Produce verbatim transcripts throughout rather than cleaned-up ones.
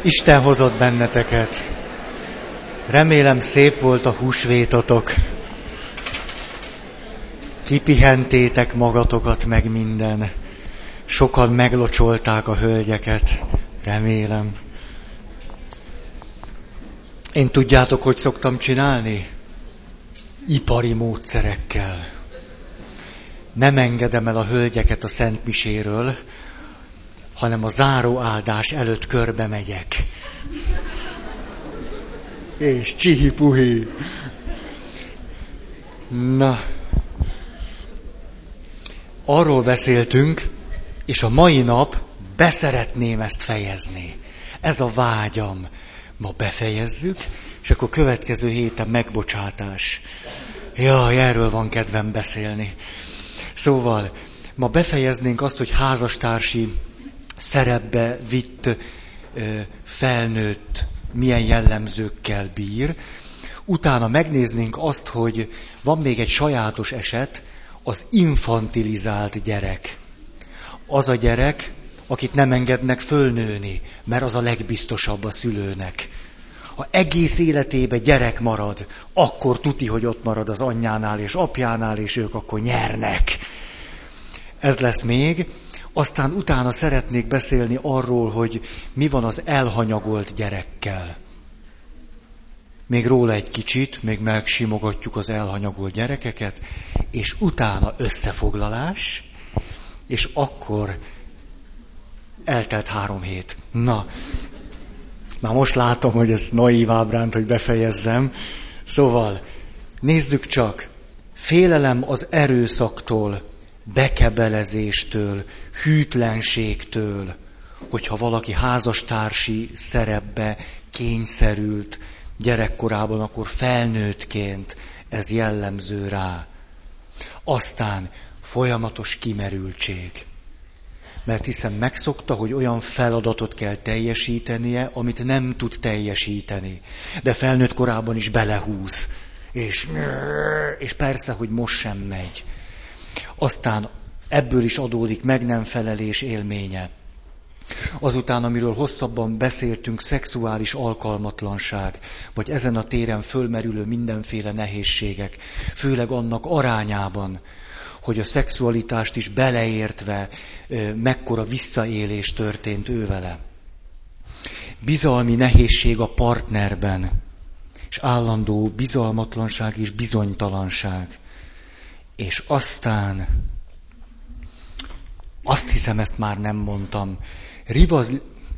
Isten hozott benneteket. Remélem szép volt a húsvétotok. Kipihentétek magatokat meg minden. Sokan meglocsolták a hölgyeket. Remélem. Én tudjátok, hogy szoktam csinálni? Ipari módszerekkel. Nem engedem el a hölgyeket a szentmiséről, hanem a záróáldás előtt körbe megyek. És csihi-puhi. Na, arról beszéltünk, és a mai nap beszeretném ezt fejezni. Ez a vágyam. Ma befejezzük, és akkor következő héten megbocsátás. Jaj, erről van kedvem beszélni. Szóval, ma befejeznénk azt, hogy házastársi szerepbe vitt felnőtt milyen jellemzőkkel bír. Utána megnéznénk azt, hogy van még egy sajátos eset, az infantilizált gyerek. Az a gyerek, akit nem engednek fölnőni, mert az a legbiztosabb a szülőnek. Ha egész életébe gyerek marad, akkor tuti, hogy ott marad az anyjánál és apjánál, és ők akkor nyernek. Ez lesz még. Aztán utána szeretnék beszélni arról, hogy mi van az elhanyagolt gyerekkel. Még róla egy kicsit, még megsimogatjuk az elhanyagolt gyerekeket, és utána összefoglalás, és akkor eltelt három hét. Na, már most látom, hogy ez naív ábránt, hogy befejezzem. Szóval, nézzük csak, félelem az erőszaktól, bekebelezéstől, hűtlenségtől, hogyha valaki házastársi szerepbe kényszerült gyerekkorában, akkor felnőttként ez jellemző rá. Aztán folyamatos kimerültség. Mert hiszen megszokta, hogy olyan feladatot kell teljesítenie, amit nem tud teljesíteni. De felnőtt korában is belehúz. És, és persze, hogy most sem megy. Aztán ebből is adódik meg nem felelés élménye. Azután, amiről hosszabban beszéltünk, szexuális alkalmatlanság, vagy ezen a téren fölmerülő mindenféle nehézségek, főleg annak arányában, hogy a szexualitást is beleértve mekkora visszaélés történt ővele. Bizalmi nehézség a partnerben, és állandó bizalmatlanság és bizonytalanság. És aztán, azt hiszem, ezt már nem mondtam, rivaz...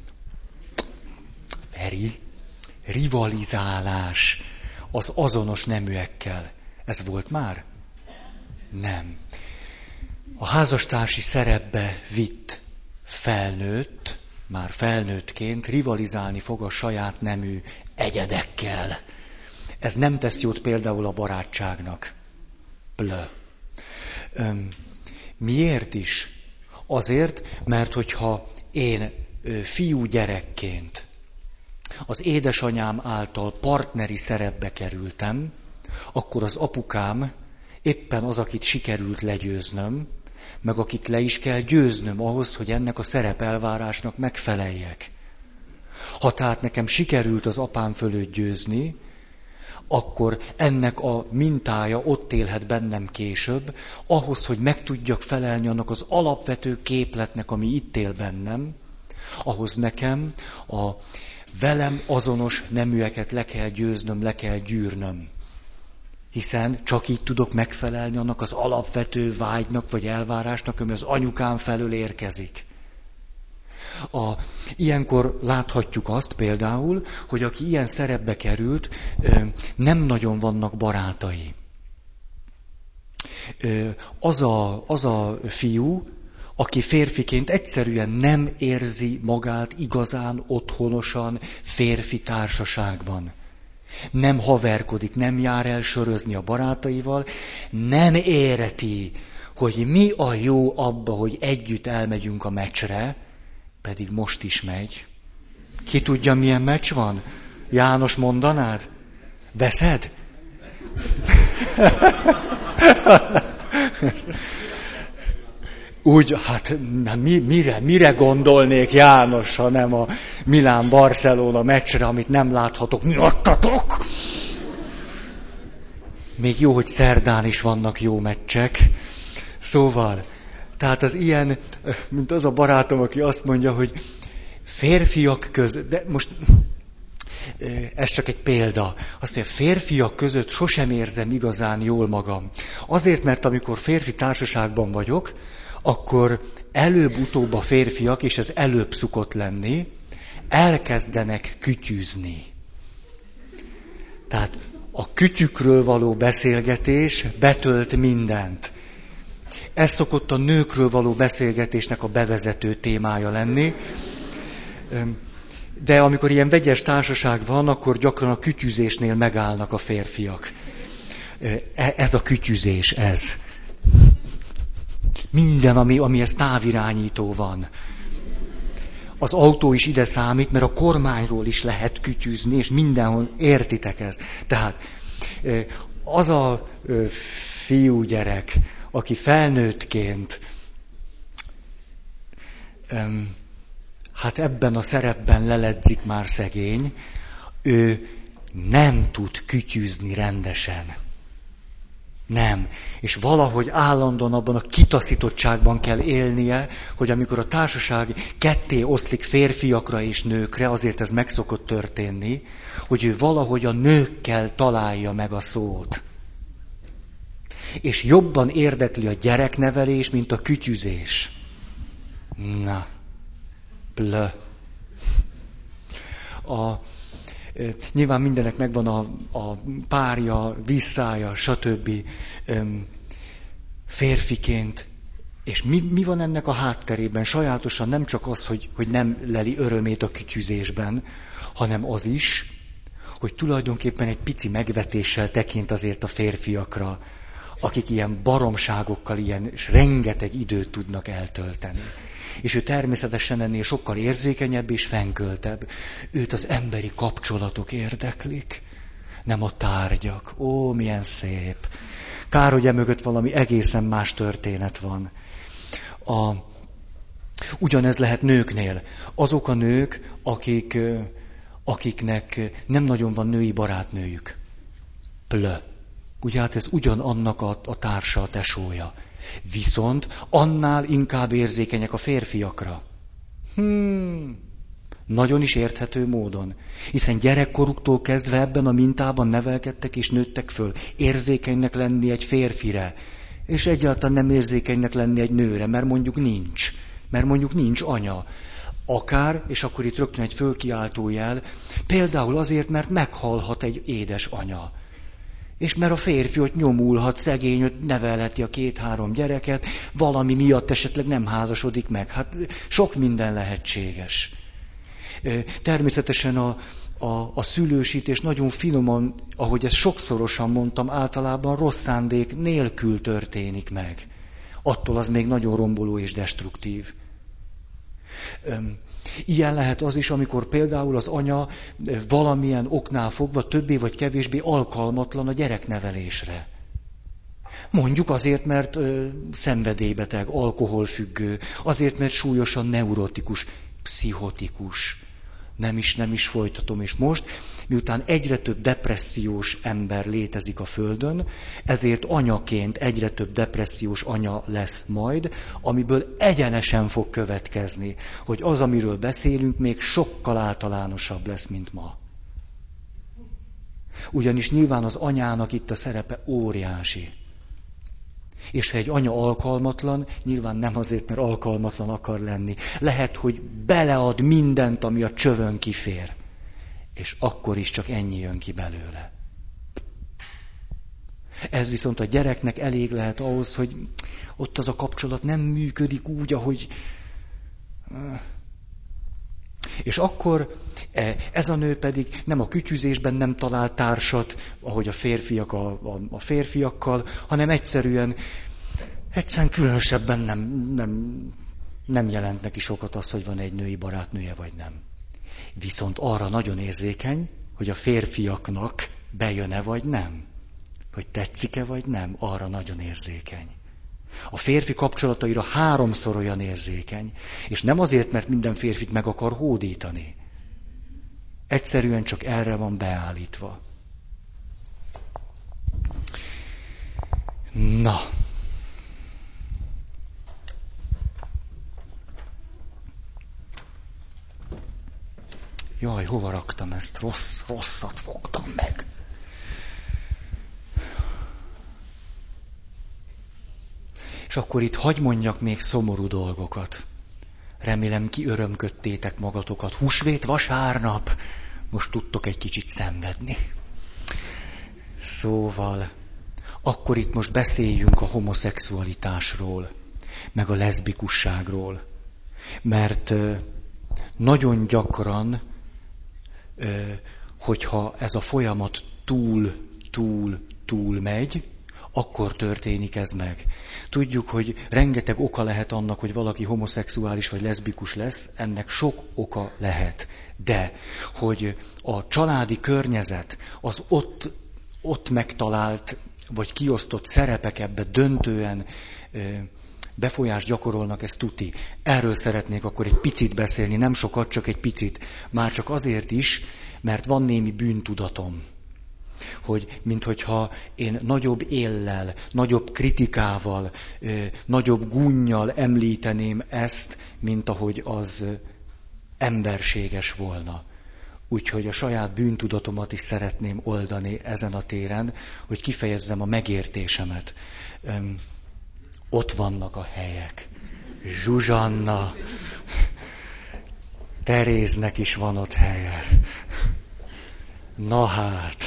Veri, rivalizálás az azonos neműekkel. Ez volt már? Nem. A házastársi szerepbe vitt felnőtt, már felnőttként rivalizálni fog a saját nemű egyedekkel. Ez nem tesz jót például a barátságnak. Plö. Öm, miért is? Azért, mert hogyha én fiú gyerekként az édesanyám által partneri szerepbe kerültem, akkor az apukám éppen az, akit sikerült legyőznöm, meg akit le is kell győznöm ahhoz, hogy ennek a szerepelvárásnak megfeleljek. Ha tehát nekem sikerült az apám fölött győzni, akkor ennek a mintája ott élhet bennem később, ahhoz, hogy meg tudjak felelni annak az alapvető képletnek, ami itt él bennem, ahhoz nekem a velem azonos neműeket le kell győznöm, le kell gyűrnöm. Hiszen csak így tudok megfelelni annak az alapvető vágynak vagy elvárásnak, ami az anyukám felől érkezik. A, ilyenkor láthatjuk azt például, hogy aki ilyen szerepbe került, nem nagyon vannak barátai. Az a, az a fiú, aki férfiként egyszerűen nem érzi magát igazán otthonosan férfi társaságban. Nem haverkodik, nem jár el sörözni a barátaival, nem érti, hogy mi a jó abba, hogy együtt elmegyünk a meccsre, pedig most is megy. Ki tudja, milyen meccs van? János, mondanád? Veszed? Úgy, hát mi, mire, mire gondolnék János, hanem a Milán-Barcelona meccsre, amit nem láthatok, miattatok. Még jó, hogy szerdán is vannak jó meccsek. Szóval, tehát az ilyen, mint az a barátom, aki azt mondja, hogy férfiak között, de most ez csak egy példa. Azt mondja, férfiak között sosem érzem igazán jól magam. Azért, mert amikor férfi társaságban vagyok, akkor előbb-utóbb a férfiak, és ez előbb szokott lenni, elkezdenek kütyüzni. Tehát a kütyükről való beszélgetés betölt mindent. Ez szokott a nőkről való beszélgetésnek a bevezető témája lenni. De amikor ilyen vegyes társaság van, akkor gyakran a kütyüzésnél megállnak a férfiak. Ez a kütyüzés, ez. Minden, ami, amihez távirányító van. Az autó is ide számít, mert a kormányról is lehet kütyüzni, és mindenhol értitek ezt. Tehát az a fiúgyerek, aki felnőttként hát ebben a szerepben leledzik már szegény, ő nem tud kütyüzni rendesen. Nem. És valahogy állandóan abban a kitaszítottságban kell élnie, hogy amikor a társaság ketté oszlik férfiakra és nőkre, azért ez meg szokott történni, hogy ő valahogy a nőkkel találja meg a szót. És jobban érdekli a gyereknevelés, mint a kütyüzés. Na, plö. A... Nyilván mindenek megvan a, a párja, visszája, stb. Férfiként. És mi, mi van ennek a hátterében? Sajátosan nem csak az, hogy, hogy nem leli örömét a kütyüzésben, hanem az is, hogy tulajdonképpen egy pici megvetéssel tekint azért a férfiakra, akik ilyen baromságokkal, ilyen és rengeteg időt tudnak eltölteni. És ő természetesen ennél sokkal érzékenyebb és fenköltebb. Őt az emberi kapcsolatok érdeklik, nem a tárgyak. Ó, milyen szép. Kár, hogy emögött valami egészen más történet van. A... Ugyanez lehet nőknél. Azok a nők, akik, akiknek nem nagyon van női barátnőjük. Plö. Ugye hát ez ugyanannak a, a társa, a tesója. Viszont annál inkább érzékenyek a férfiakra. Hmm. Nagyon is érthető módon. Hiszen gyerekkoruktól kezdve ebben a mintában nevelkedtek és nőttek föl. Érzékenynek lenni egy férfire. És egyáltalán nem érzékenynek lenni egy nőre, mert mondjuk nincs. Mert mondjuk nincs anya. Akár, és akkor itt rögtön egy fölkiáltó jel, például azért, mert meghalhat egy édes anya. És mert a férfi ott nyomulhat, szegény, ott nevelheti a két-három gyereket, valami miatt esetleg nem házasodik meg. Hát sok minden lehetséges. Természetesen a, a, a szülősítés nagyon finoman, ahogy ezt sokszorosan mondtam, általában rossz szándék nélkül történik meg. Attól az még nagyon romboló és destruktív. Ilyen lehet az is, amikor például az anya valamilyen oknál fogva többé vagy kevésbé alkalmatlan a gyereknevelésre. Mondjuk azért, mert ö, szenvedélybeteg, alkoholfüggő, azért, mert súlyosan neurotikus, pszichotikus. Nem is, nem is folytatom. És most, miután egyre több depressziós ember létezik a Földön, ezért anyaként egyre több depressziós anya lesz majd, amiből egyenesen fog következni, hogy az, amiről beszélünk, még sokkal általánosabb lesz, mint ma. Ugyanis nyilván az anyának itt a szerepe óriási. És ha egy anya alkalmatlan, nyilván nem azért, mert alkalmatlan akar lenni. Lehet, hogy belead mindent, ami a csövön kifér. És akkor is csak ennyi jön ki belőle. Ez viszont a gyereknek elég lehet ahhoz, hogy ott az a kapcsolat nem működik úgy, ahogy... És akkor ez a nő pedig nem a kütyüzésben nem talál társat, ahogy a férfiak a, a, a férfiakkal, hanem egyszerűen, egyszerűen különösebben nem, nem, nem jelent neki sokat az, hogy van egy női barátnője, vagy nem. Viszont arra nagyon érzékeny, hogy a férfiaknak bejön-e, vagy nem. Hogy tetszik-e, vagy nem, arra nagyon érzékeny. A férfi kapcsolataira háromszor olyan érzékeny. És nem azért, mert minden férfit meg akar hódítani, Egyszerűen csak erre van beállítva. Na. Jaj, hova raktam ezt? Rossz, rosszat fogtam meg. És akkor itt hagy mondjak még szomorú dolgokat. Remélem kiörömködtétek magatokat. Húsvét vasárnap. Most tudtok egy kicsit szenvedni. Szóval, akkor itt most beszéljünk a homoszexualitásról, meg a leszbikusságról. Mert nagyon gyakran, hogyha ez a folyamat túl, túl, túl megy, akkor történik ez meg. Tudjuk, hogy rengeteg oka lehet annak, hogy valaki homoszexuális vagy leszbikus lesz, ennek sok oka lehet. De, hogy a családi környezet, az ott, ott megtalált, vagy kiosztott szerepek ebbe döntően befolyást gyakorolnak, ez tuti. Erről szeretnék akkor egy picit beszélni, nem sokat, csak egy picit. Már csak azért is, mert van némi bűntudatom. Hogy minthogyha én nagyobb éllel, nagyobb kritikával, nagyobb gúnnyal említeném ezt, mint ahogy az emberséges volna. Úgyhogy a saját bűntudatomat is szeretném oldani ezen a téren, hogy kifejezzem a megértésemet. Öm, ott vannak a helyek. Zsuzsanna, Teréznek is van ott helye. Na hát.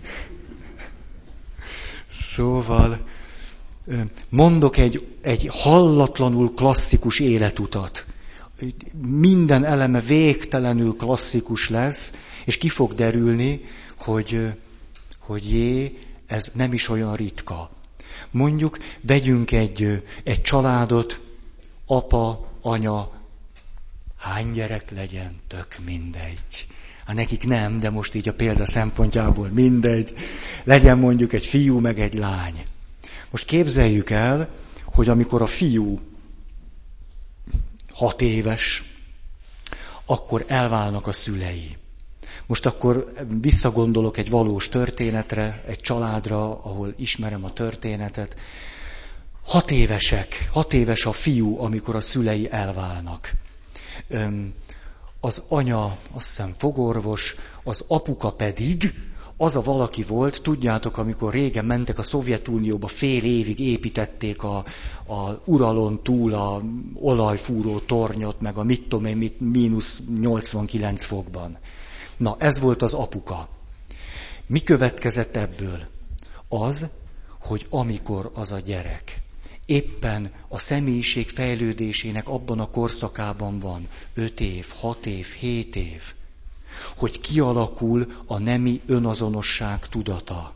Szóval mondok egy, egy hallatlanul klasszikus életutat. Minden eleme végtelenül klasszikus lesz, és ki fog derülni, hogy, hogy jé, ez nem is olyan ritka. Mondjuk, vegyünk egy, egy családot, apa, anya, hány gyerek legyen, tök mindegy. Hát nekik nem, de most így a példa szempontjából mindegy. Legyen mondjuk egy fiú, meg egy lány. Most képzeljük el, hogy amikor a fiú hat éves, akkor elválnak a szülei. Most akkor visszagondolok egy valós történetre, egy családra, ahol ismerem a történetet. Hat évesek, hat éves a fiú, amikor a szülei elválnak. Az anya, azt hiszem fogorvos, az apuka pedig, az a valaki volt, tudjátok, amikor régen mentek a Szovjetunióba, fél évig építették a, a uralon túl a olajfúró tornyot, meg a mit tudom én, mit, mínusz nyolcvankilenc fokban. Na, ez volt az apuka. Mi következett ebből? Az, hogy amikor az a gyerek éppen a személyiség fejlődésének abban a korszakában van, öt év, hat év, hét év, hogy kialakul a nemi önazonosság tudata,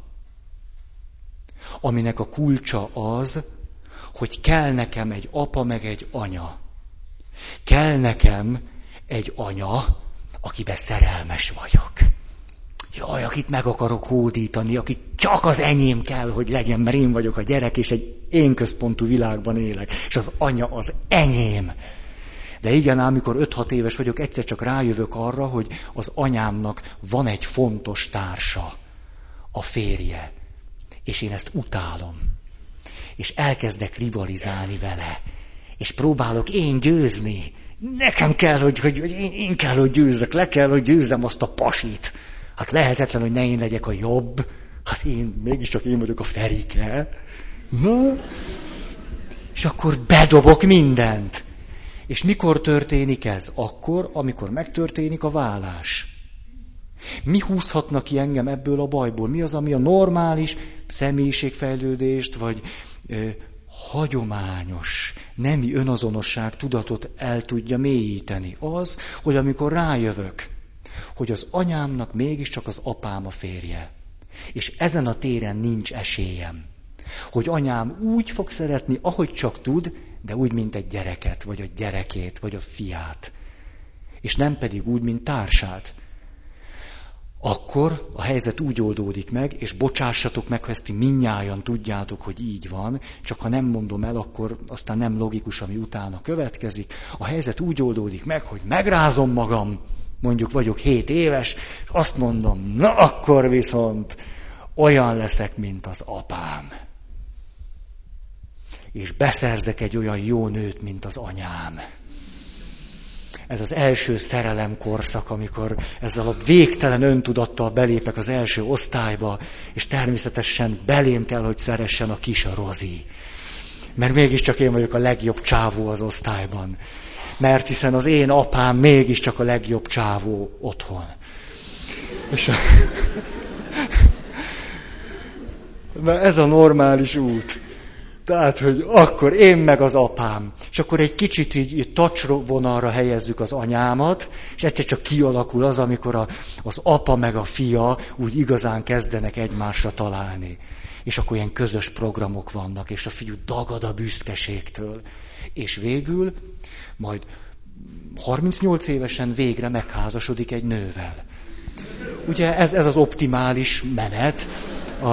aminek a kulcsa az, hogy kell nekem egy apa, meg egy anya. Kell nekem egy anya, akiben szerelmes vagyok. Jaj, akit meg akarok hódítani, aki csak az enyém kell, hogy legyen, mert én vagyok a gyerek, és egy én központú világban élek, és az anya az enyém. De igen, ám, amikor öt-hat éves vagyok, egyszer csak rájövök arra, hogy az anyámnak van egy fontos társa, a férje, és én ezt utálom. És elkezdek rivalizálni vele, és próbálok én győzni. Nekem kell, hogy, hogy, hogy én, én kell, hogy győzzek, le kell, hogy győzzem azt a pasit. Hát lehetetlen, hogy ne én legyek a jobb. Hát én, mégiscsak én vagyok a Ferike. Na? És akkor bedobok mindent. És mikor történik ez? Akkor, amikor megtörténik a válás. Mi húzhatna ki engem ebből a bajból? Mi az, ami a normális személyiségfejlődést, vagy ö, hagyományos, nemi önazonosság tudatot el tudja mélyíteni? Az, hogy amikor rájövök, hogy az anyámnak mégiscsak az apám a férje. És ezen a téren nincs esélyem. Hogy anyám úgy fog szeretni, ahogy csak tud, de úgy, mint egy gyereket, vagy a gyerekét, vagy a fiát. És nem pedig úgy, mint társát. Akkor a helyzet úgy oldódik meg, és bocsássatok meg, ha ezt ti mindnyájan tudjátok, hogy így van, csak ha nem mondom el, akkor aztán nem logikus, ami utána következik. A helyzet úgy oldódik meg, hogy megrázom magam, mondjuk vagyok hét éves, és azt mondom, na akkor viszont olyan leszek, mint az apám. És beszerzek egy olyan jó nőt, mint az anyám. Ez az első szerelem korszak, amikor ezzel a végtelen öntudattal belépek az első osztályba, és természetesen belém kell, hogy szeressen a kis Rozi. Mert mégiscsak én vagyok a legjobb csávó az osztályban. Mert hiszen az én apám mégiscsak a legjobb csávó otthon. És a... Mert ez a normális út. Tehát, hogy akkor én meg az apám. És akkor egy kicsit így, így tacsvonalra helyezzük az anyámat, és egyszer csak kialakul az, amikor a, az apa meg a fia úgy igazán kezdenek egymásra találni. És akkor ilyen közös programok vannak, és a fiú dagad a büszkeségtől. És végül, majd harmincnyolc évesen végre megházasodik egy nővel. Ugye ez, ez az optimális menet. A...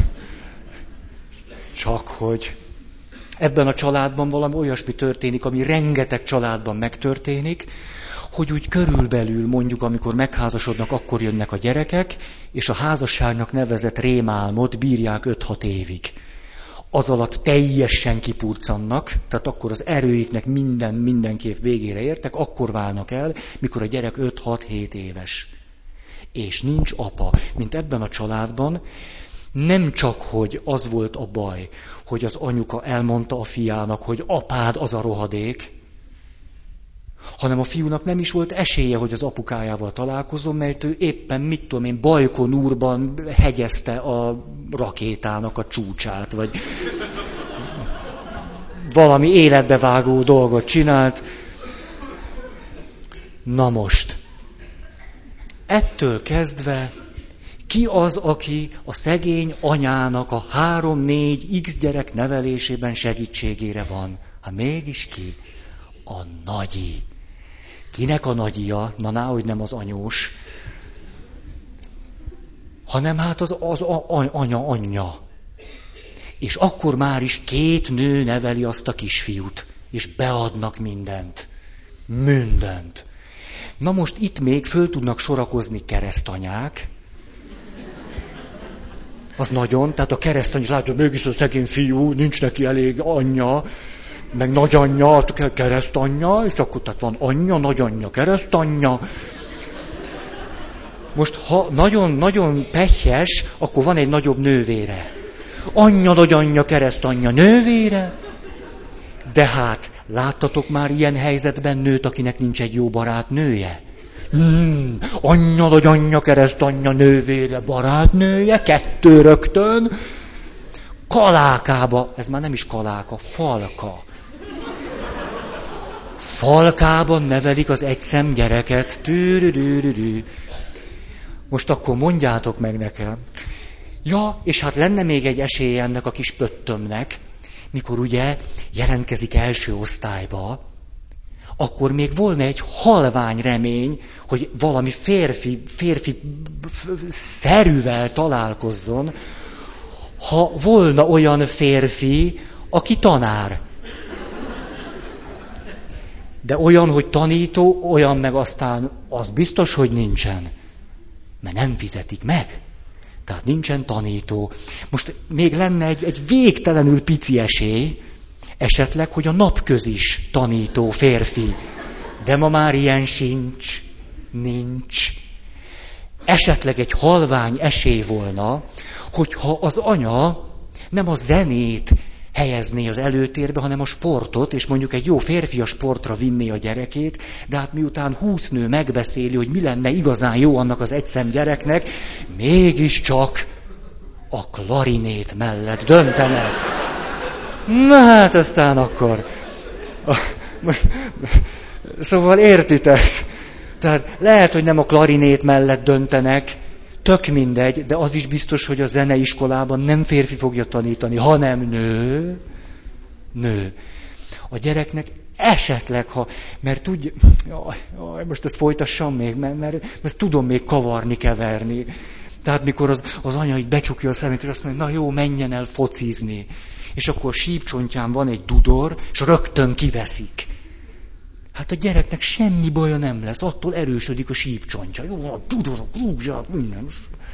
Csak hogy ebben a családban valami olyasmi történik, ami rengeteg családban megtörténik, hogy úgy körülbelül mondjuk, amikor megházasodnak, akkor jönnek a gyerekek, és a házasságnak nevezett rémálmot bírják öt-hat évig. Az alatt teljesen kipurcannak, tehát akkor az erőiknek minden, mindenképp végére értek, akkor válnak el, mikor a gyerek öt-hat-hét éves. És nincs apa, mint ebben a családban. Nem csak, hogy az volt a baj, hogy az anyuka elmondta a fiának, hogy apád az a rohadék, hanem a fiúnak nem is volt esélye, hogy az apukájával találkozzon, mert ő éppen, mit tudom én, Bajkonurban hegyezte a rakétának a csúcsát, vagy valami életbevágó dolgot csinált. Na most, ettől kezdve, ki az, aki a szegény anyának a három-négy x gyerek nevelésében segítségére van? Hát mégis ki? A nagyi. Kinek a nagyia? Na náhogy nem az anyós. Hanem hát az, az a, a, anya anyja. És akkor már is két nő neveli azt a kisfiút. És beadnak mindent. Mindent. Na most itt még föl tudnak sorakozni keresztanyák. Az nagyon, tehát a keresztany is látja, hogy mégis a szegény fiú, nincs neki elég anyja, meg nagyanyja, keresztanyja, és akkor tehát van anyja, nagyanyja, keresztanyja. Most, ha nagyon-nagyon pehjes, akkor van egy nagyobb nővére. Anyja, nagyanyja, keresztanyja, nővére. De hát, láttatok már ilyen helyzetben nőt, akinek nincs egy jó barátnője? Hmm, anyja, nagyanyja, keresztanyja, nővére, barátnője, kettő rögtön. Kalákába, ez már nem is kaláka, falka. Falkában nevelik az egyszem gyereket. Tűrűrűrűrű. Most akkor mondjátok meg nekem. Ja, és hát lenne még egy esély ennek a kis pöttömnek, mikor ugye jelentkezik első osztályba, akkor még volna egy halvány remény, hogy valami férfi, férfi szerűvel találkozzon, ha volna olyan férfi, aki tanár. De olyan, hogy tanító, olyan meg aztán az biztos, hogy nincsen. Mert nem fizetik meg. Tehát nincsen tanító. Most még lenne egy, egy végtelenül pici esély, esetleg, hogy a napközis tanító férfi. De ma már ilyen sincs. Nincs. Esetleg egy halvány esély volna, hogyha az anya nem a zenét helyezné az előtérbe, hanem a sportot, és mondjuk egy jó férfi a sportra vinné a gyerekét, de hát miután húsz nő megbeszéli, hogy mi lenne igazán jó annak az egyszem gyereknek, mégiscsak a klarinét mellett döntenek. Na hát aztán akkor... Szóval értitek? Tehát lehet, hogy nem a klarinét mellett döntenek, tök mindegy, de az is biztos, hogy a zeneiskolában nem férfi fogja tanítani, hanem nő. Nő. A gyereknek esetleg, ha, mert tudja, jaj, jaj, most ezt folytassam még, mert, mert, mert ezt tudom még kavarni, keverni. Tehát mikor az, az anya így becsukja a szemét, és azt mondja, na jó, menjen el focizni. És akkor sípcsontján van egy dudor, és rögtön kiveszik. Hát a gyereknek semmi baja nem lesz, attól erősödik a sípcsontja. Jó, tudorok, rúgzsák, minden.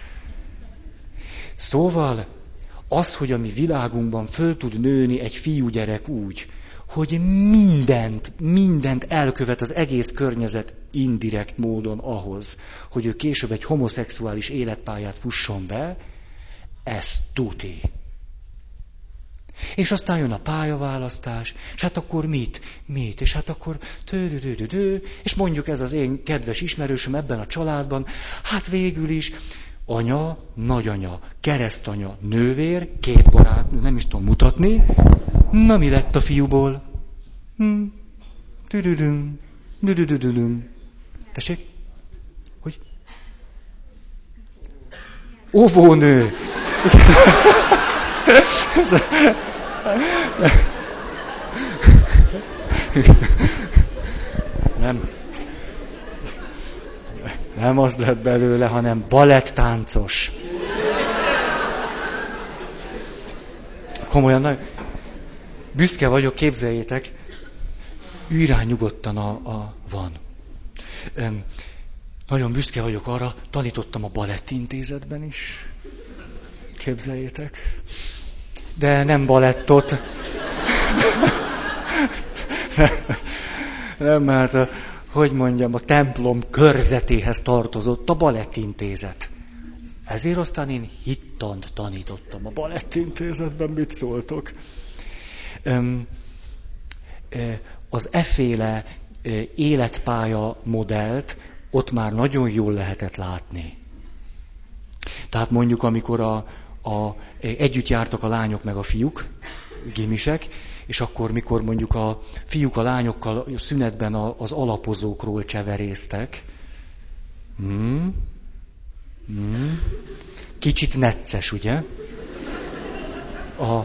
Szóval az, hogy a mi világunkban föl tud nőni egy fiúgyerek úgy, hogy mindent, mindent elkövet az egész környezet indirekt módon ahhoz, hogy ő később egy homoszexuális életpályát fusson be, ez tuti. És aztán jön a pályaválasztás, és hát akkor mit? Mit? És hát akkor tődődődődő, és mondjuk ez az én kedves ismerősöm ebben a családban, hát végül is anya, nagyanya, keresztanya, nővér, két barátnő, nem is tudom mutatni, na mi lett a fiúból? Hm. Tüdüdüm, düdüdüdüm. Tessék? Hogy? Óvónő! Nem. Nem az lett belőle, hanem balettáncos. Komolyan, büszke vagyok, képzeljétek, űrán nyugodtan a, a van. Öm, nagyon büszke vagyok arra, tanítottam a balettintézetben is. Képzeljétek. De nem balettot. Nem, hát a, hogy mondjam, a templom körzetéhez tartozott a balettintézet. Ezért aztán én hittant tanítottam a balettintézetben, mit szóltok. Öm, az efféle életpálya modellt ott már nagyon jól lehetett látni. Tehát mondjuk, amikor a, a, együtt jártak a lányok meg a fiúk, gimisek, és akkor, mikor mondjuk a fiúk a lányokkal szünetben az alapozókról cseverésztek, hmm, hmm, kicsit necces, ugye? A,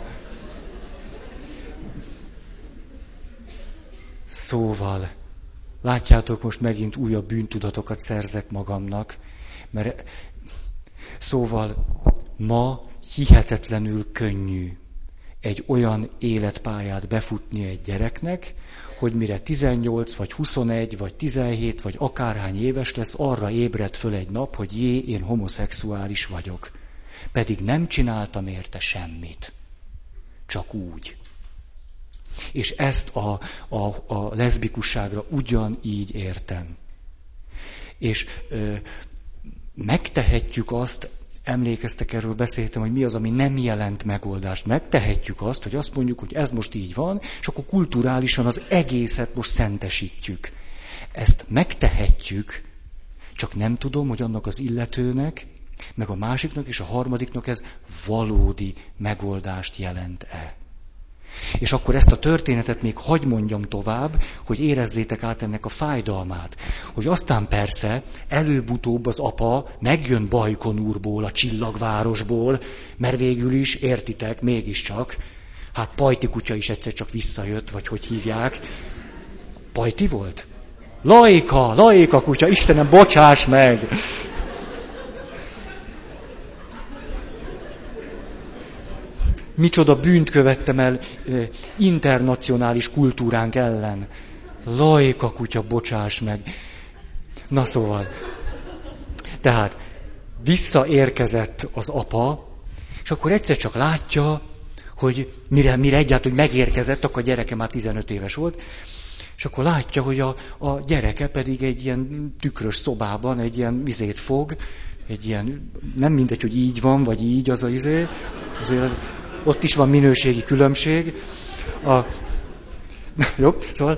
szóval, látjátok, most megint újabb bűntudatokat szerzek magamnak, mert szóval ma hihetetlenül könnyű egy olyan életpályát befutni egy gyereknek, hogy mire tizennyolc, vagy huszonegy, vagy tizenhét, vagy akárhány éves lesz, arra ébred föl egy nap, hogy jé, én homoszexuális vagyok. Pedig nem csináltam érte semmit. Csak úgy. És ezt a, a, a leszbikusságra ugyanígy értem. És ö, megtehetjük azt, emlékeztek, erről beszéltem, hogy mi az, ami nem jelent megoldást. Megtehetjük azt, hogy azt mondjuk, hogy ez most így van, és akkor kulturálisan az egészet most szentesítjük. Ezt megtehetjük, csak nem tudom, hogy annak az illetőnek, meg a másiknak és a harmadiknak ez valódi megoldást jelent-e. És akkor ezt a történetet még hagy mondjam tovább, hogy érezzétek át ennek a fájdalmát. Hogy aztán persze előbb-utóbb az apa megjön Bajkonurból, a csillagvárosból, mert végül is, értitek, mégiscsak, hát Pajti kutya is egyszer csak visszajött, vagy hogy hívják. Pajti volt? Laika, Laika kutya, Istenem, bocsáss meg! Micsoda bűnt követtem el internacionális kultúránk ellen. Laika kutya, bocsáss meg. Na szóval. Tehát visszaérkezett az apa, és akkor egyszer csak látja, hogy mire, mire egyáltalán, hogy megérkezett, akkor a gyereke már tizenöt éves volt, és akkor látja, hogy a, a gyereke pedig egy ilyen tükrös szobában egy ilyen izét fog, egy ilyen, nem mindegy, hogy így van, vagy így az a izé, azért az, ott is van minőségi különbség. A... Jó, szóval...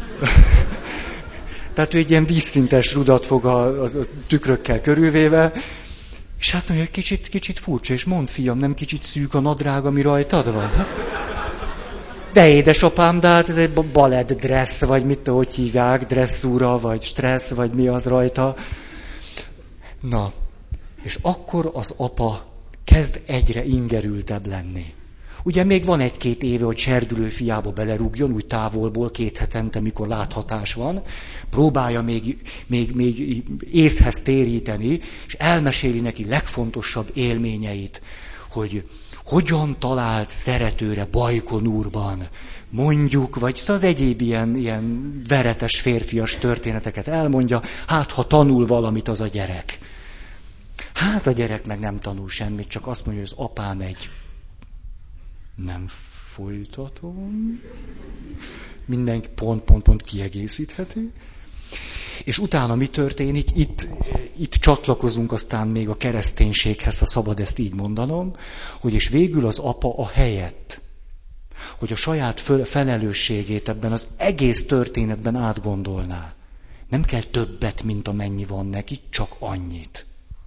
Tehát ő egy ilyen vízszintes rudat fog a, a tükrökkel körülvéve, és hát mondja, kicsit, kicsit furcsa, és mondd, fiam, nem kicsit szűk a nadrág, ami rajtad van? De édesapám, de hát ez egy balett dress, vagy mit, hogy hívják, dresszúra, vagy stressz, vagy mi az rajta. Na, és akkor az apa kezd egyre ingerültebb lenni. Ugye még van egy-két éve, hogy serdülő fiába belerúgjon, úgy távolból, két hetente, mikor láthatás van, próbálja még, még, még észhez téríteni, és elmeséli neki legfontosabb élményeit, hogy, hogyan talált szeretőre Bajkon úrban, mondjuk, vagy az egyéb ilyen, ilyen veretes férfias történeteket elmondja, hát ha tanul valamit az a gyerek. Hát a gyerek meg nem tanul semmit, csak azt mondja, hogy az apám egy... Nem folytatom. Mindenki pont, pont, pont kiegészítheti. És utána mi történik? Itt, itt csatlakozunk aztán még a kereszténységhez, ha szabad ezt így mondanom, hogy és végül az apa a helyett, hogy a saját felelősségét ebben az egész történetben átgondolná. Nem kell többet, mint amennyi van neki, csak annyit.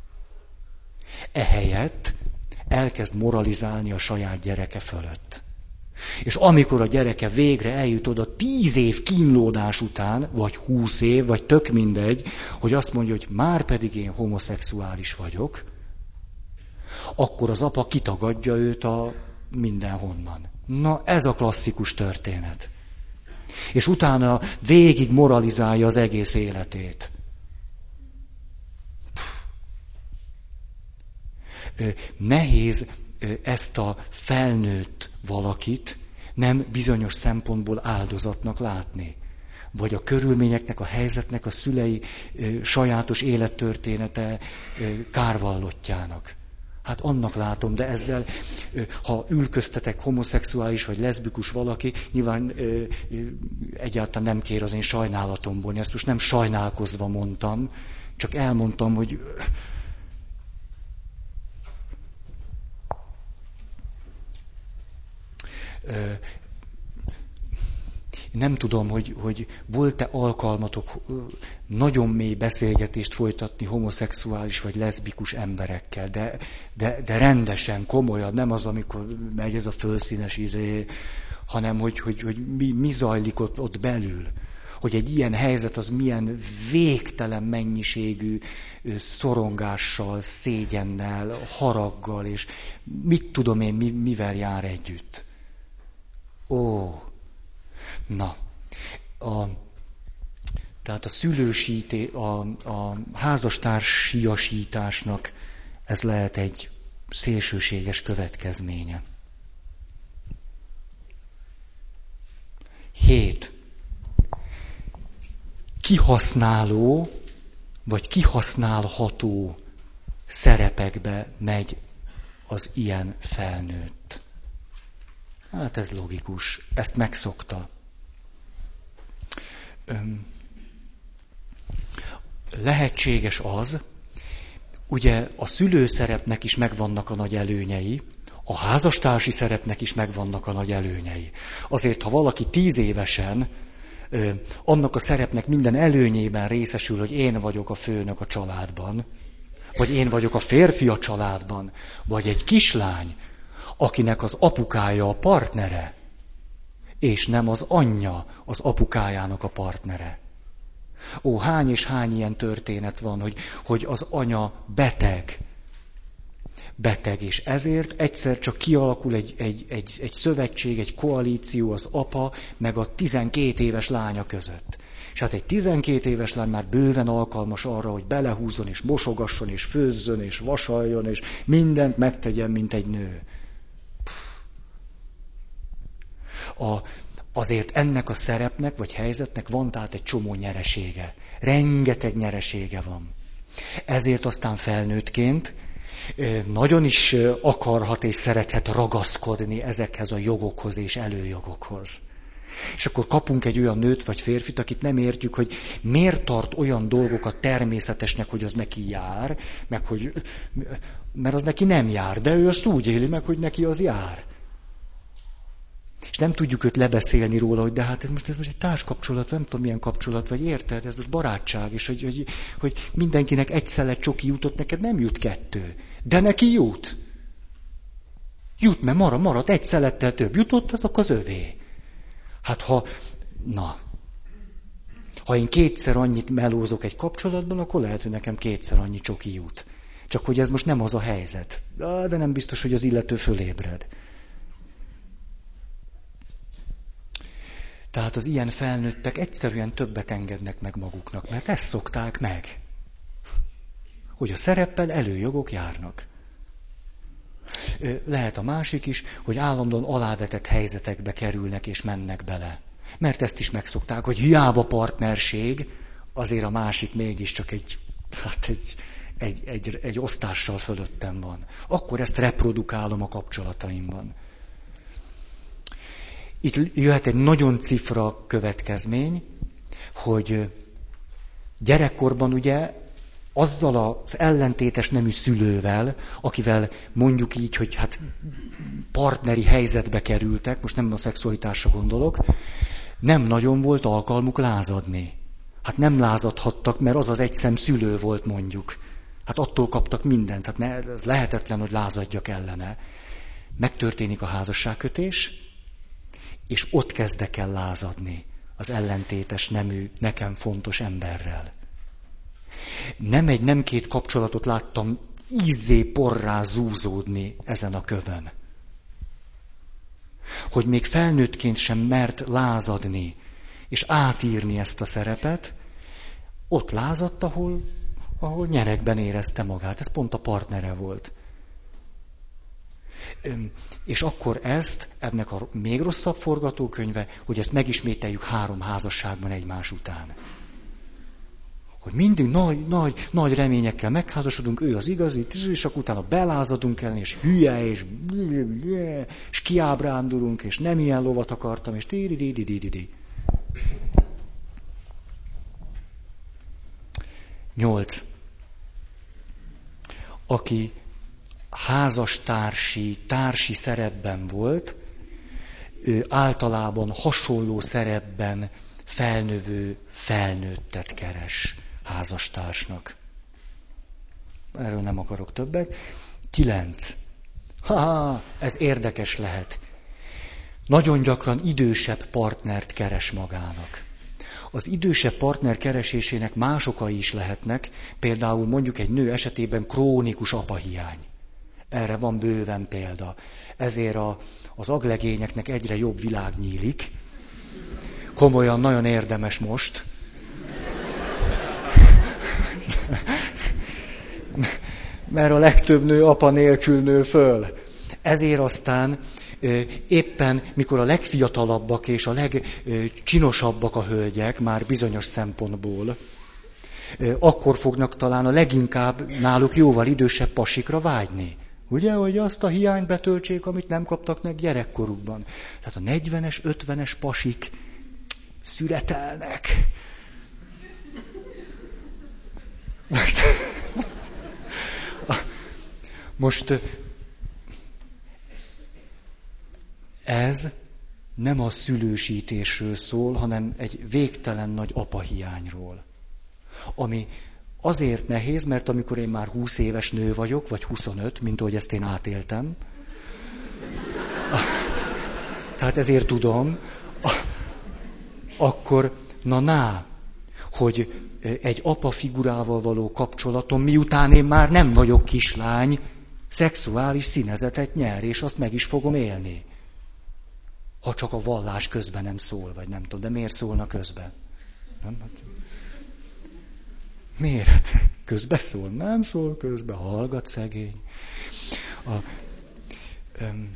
Ehelyett elkezd moralizálni a saját gyereke fölött. És amikor a gyereke végre eljut oda tíz év kínlódás után, vagy húsz év, vagy tök mindegy, hogy azt mondja, hogy már pedig én homoszexuális vagyok, akkor az apa kitagadja őt a mindenhonnan. Na, ez a klasszikus történet. És utána végig moralizálja az egész életét. Nehéz ezt a felnőtt valakit nem bizonyos szempontból áldozatnak látni. Vagy a körülményeknek, a helyzetnek, a szülei sajátos élettörténete kárvallottjának. Hát annak látom, de ezzel, ha ülköztetek homoszexuális vagy leszbikus valaki, nyilván egyáltalán nem kér az én sajnálatomból. Ezt most nem sajnálkozva mondtam, csak elmondtam, hogy... Nem tudom, hogy, hogy volt-e alkalmatok nagyon mély beszélgetést folytatni homoszexuális vagy leszbikus emberekkel, de, de, de rendesen, komolyan, nem az, amikor megy ez a fölszínes izé, hanem hogy, hogy, hogy mi, mi zajlik ott, ott belül. Hogy egy ilyen helyzet az milyen végtelen mennyiségű szorongással, szégyennel, haraggal, és mit tudom én, mi, mivel jár együtt. Ó, na, a, tehát a szülősíté, a, a házastársiasításnak ez lehet egy szélsőséges következménye. Hét. Kihasználó, vagy kihasználható szerepekbe megy az ilyen felnőtt. Hát ez logikus, ezt megszokta. Lehetséges az, ugye a szülőszerepnek is megvannak a nagy előnyei, a házastársi szerepnek is megvannak a nagy előnyei. Azért, ha valaki tíz évesen annak a szerepnek minden előnyében részesül, hogy én vagyok a főnök a családban, vagy én vagyok a férfi a családban, vagy egy kislány, akinek az apukája a partnere, és nem az anyja az apukájának a partnere. Ó, hány és hány ilyen történet van, hogy, hogy az anya beteg, beteg, és ezért egyszer csak kialakul egy, egy, egy, egy szövetség, egy koalíció az apa, meg a tizenkét éves lánya között. És hát egy tizenkét éves lány már bőven alkalmas arra, hogy belehúzzon, és mosogasson, és főzzön, és vasaljon, és mindent megtegyen, mint egy nő. A, azért ennek a szerepnek, vagy helyzetnek van tehát egy csomó nyeresége. Rengeteg nyeresége van. Ezért aztán felnőttként nagyon is akarhat és szerethet ragaszkodni ezekhez a jogokhoz és előjogokhoz. És akkor kapunk egy olyan nőt vagy férfit, akit nem értjük, hogy miért tart olyan dolgokat természetesnek, hogy az neki jár, meg hogy, mert az neki nem jár, de ő azt úgy éli meg, hogy neki az jár. És nem tudjuk őt lebeszélni róla, hogy de hát ez most, ez most egy társkapcsolat, nem tudom milyen kapcsolat, vagy érted, ez most barátság, és hogy, hogy, hogy mindenkinek egy szelet csoki jutott, neked nem jut kettő. De neki jut. Jut, mert marad, marad egy szelettel több jutott, azok az övé. Hát ha, na, ha én kétszer annyit melózok egy kapcsolatban, akkor lehet, hogy nekem kétszer annyi csoki jut. Csak hogy ez most nem az a helyzet. De nem biztos, hogy az illető fölébred. Tehát az ilyen felnőttek egyszerűen többet engednek meg maguknak, mert ezt szokták meg. Hogy a szereppel előjogok járnak. Lehet a másik is, hogy állandóan alávetett helyzetekbe kerülnek és mennek bele. Mert ezt is megszokták, hogy hiába partnerség, azért a másik mégiscsak egy, hát egy, egy, egy, egy osztással fölöttem van. Akkor ezt reprodukálom a kapcsolataimban. Itt jöhet egy nagyon cifra következmény, hogy gyerekkorban ugye azzal az ellentétes nemű szülővel, akivel mondjuk így, hogy hát partneri helyzetbe kerültek, most nem a szexualitásra gondolok, nem nagyon volt alkalmuk lázadni. Hát nem lázadhattak, mert az az egyszem szülő volt mondjuk. Hát attól kaptak mindent, hát ne, ez lehetetlen, hogy lázadjak ellene. Megtörténik a házasságkötés, és ott kezdek el lázadni az ellentétes nemű, nekem fontos emberrel. Nem egy, nem két kapcsolatot láttam ízzé porrá zúzódni ezen a kövön. Hogy még felnőttként sem mert lázadni, és átírni ezt a szerepet, ott lázadt, ahol, ahol nyerekben érezte magát. Ez pont a partnere volt. És akkor ezt, ennek a még rosszabb forgatókönyve, hogy ezt megismételjük három házasságban egymás után. Hogy mindig nagy, nagy, nagy reményekkel megházasodunk, ő az igazi, és akkor utána belázadunk el, és hülye, és, és kiábrándulunk, és nem ilyen lovat akartam, és di-di-di-di-di-di. Nyolc. Aki házastársi, társi szerepben volt, ő általában hasonló szerepben felnövő felnőttet keres házastársnak. Erről nem akarok többet. Kilenc. Ha, ez érdekes lehet. Nagyon gyakran idősebb partnert keres magának. Az idősebb partner keresésének más okai is lehetnek, például mondjuk egy nő esetében krónikus apahiány. Erre van bőven példa. Ezért a, az aglegényeknek egyre jobb világ nyílik. Komolyan nagyon érdemes most. Mert a legtöbb nő apa nélkül nő föl. Ezért aztán éppen, mikor a legfiatalabbak és a legcsinosabbak a hölgyek, már bizonyos szempontból, akkor fognak talán a leginkább náluk jóval idősebb pasikra vágyni. Ugye, hogy azt a hiányt betöltsék, amit nem kaptak meg gyerekkorukban. Tehát a negyvenes, ötvenes pasik születelnek. Most, most ez nem a szülősítésről szól, hanem egy végtelen nagy apahiányról. Ami azért nehéz, mert amikor én már húsz éves nő vagyok, vagy huszonöt, mint ahogy ezt én átéltem, tehát ezért tudom, akkor na ná, hogy egy apa figurával való kapcsolatom, miután én már nem vagyok kislány, szexuális színezetet nyer, és azt meg is fogom élni. Ha csak a vallás közben nem szól, vagy nem tudom, de miért szólna közben? Nem? Miért? Közbe szól? Nem szól közbe, hallgat szegény. A, öm,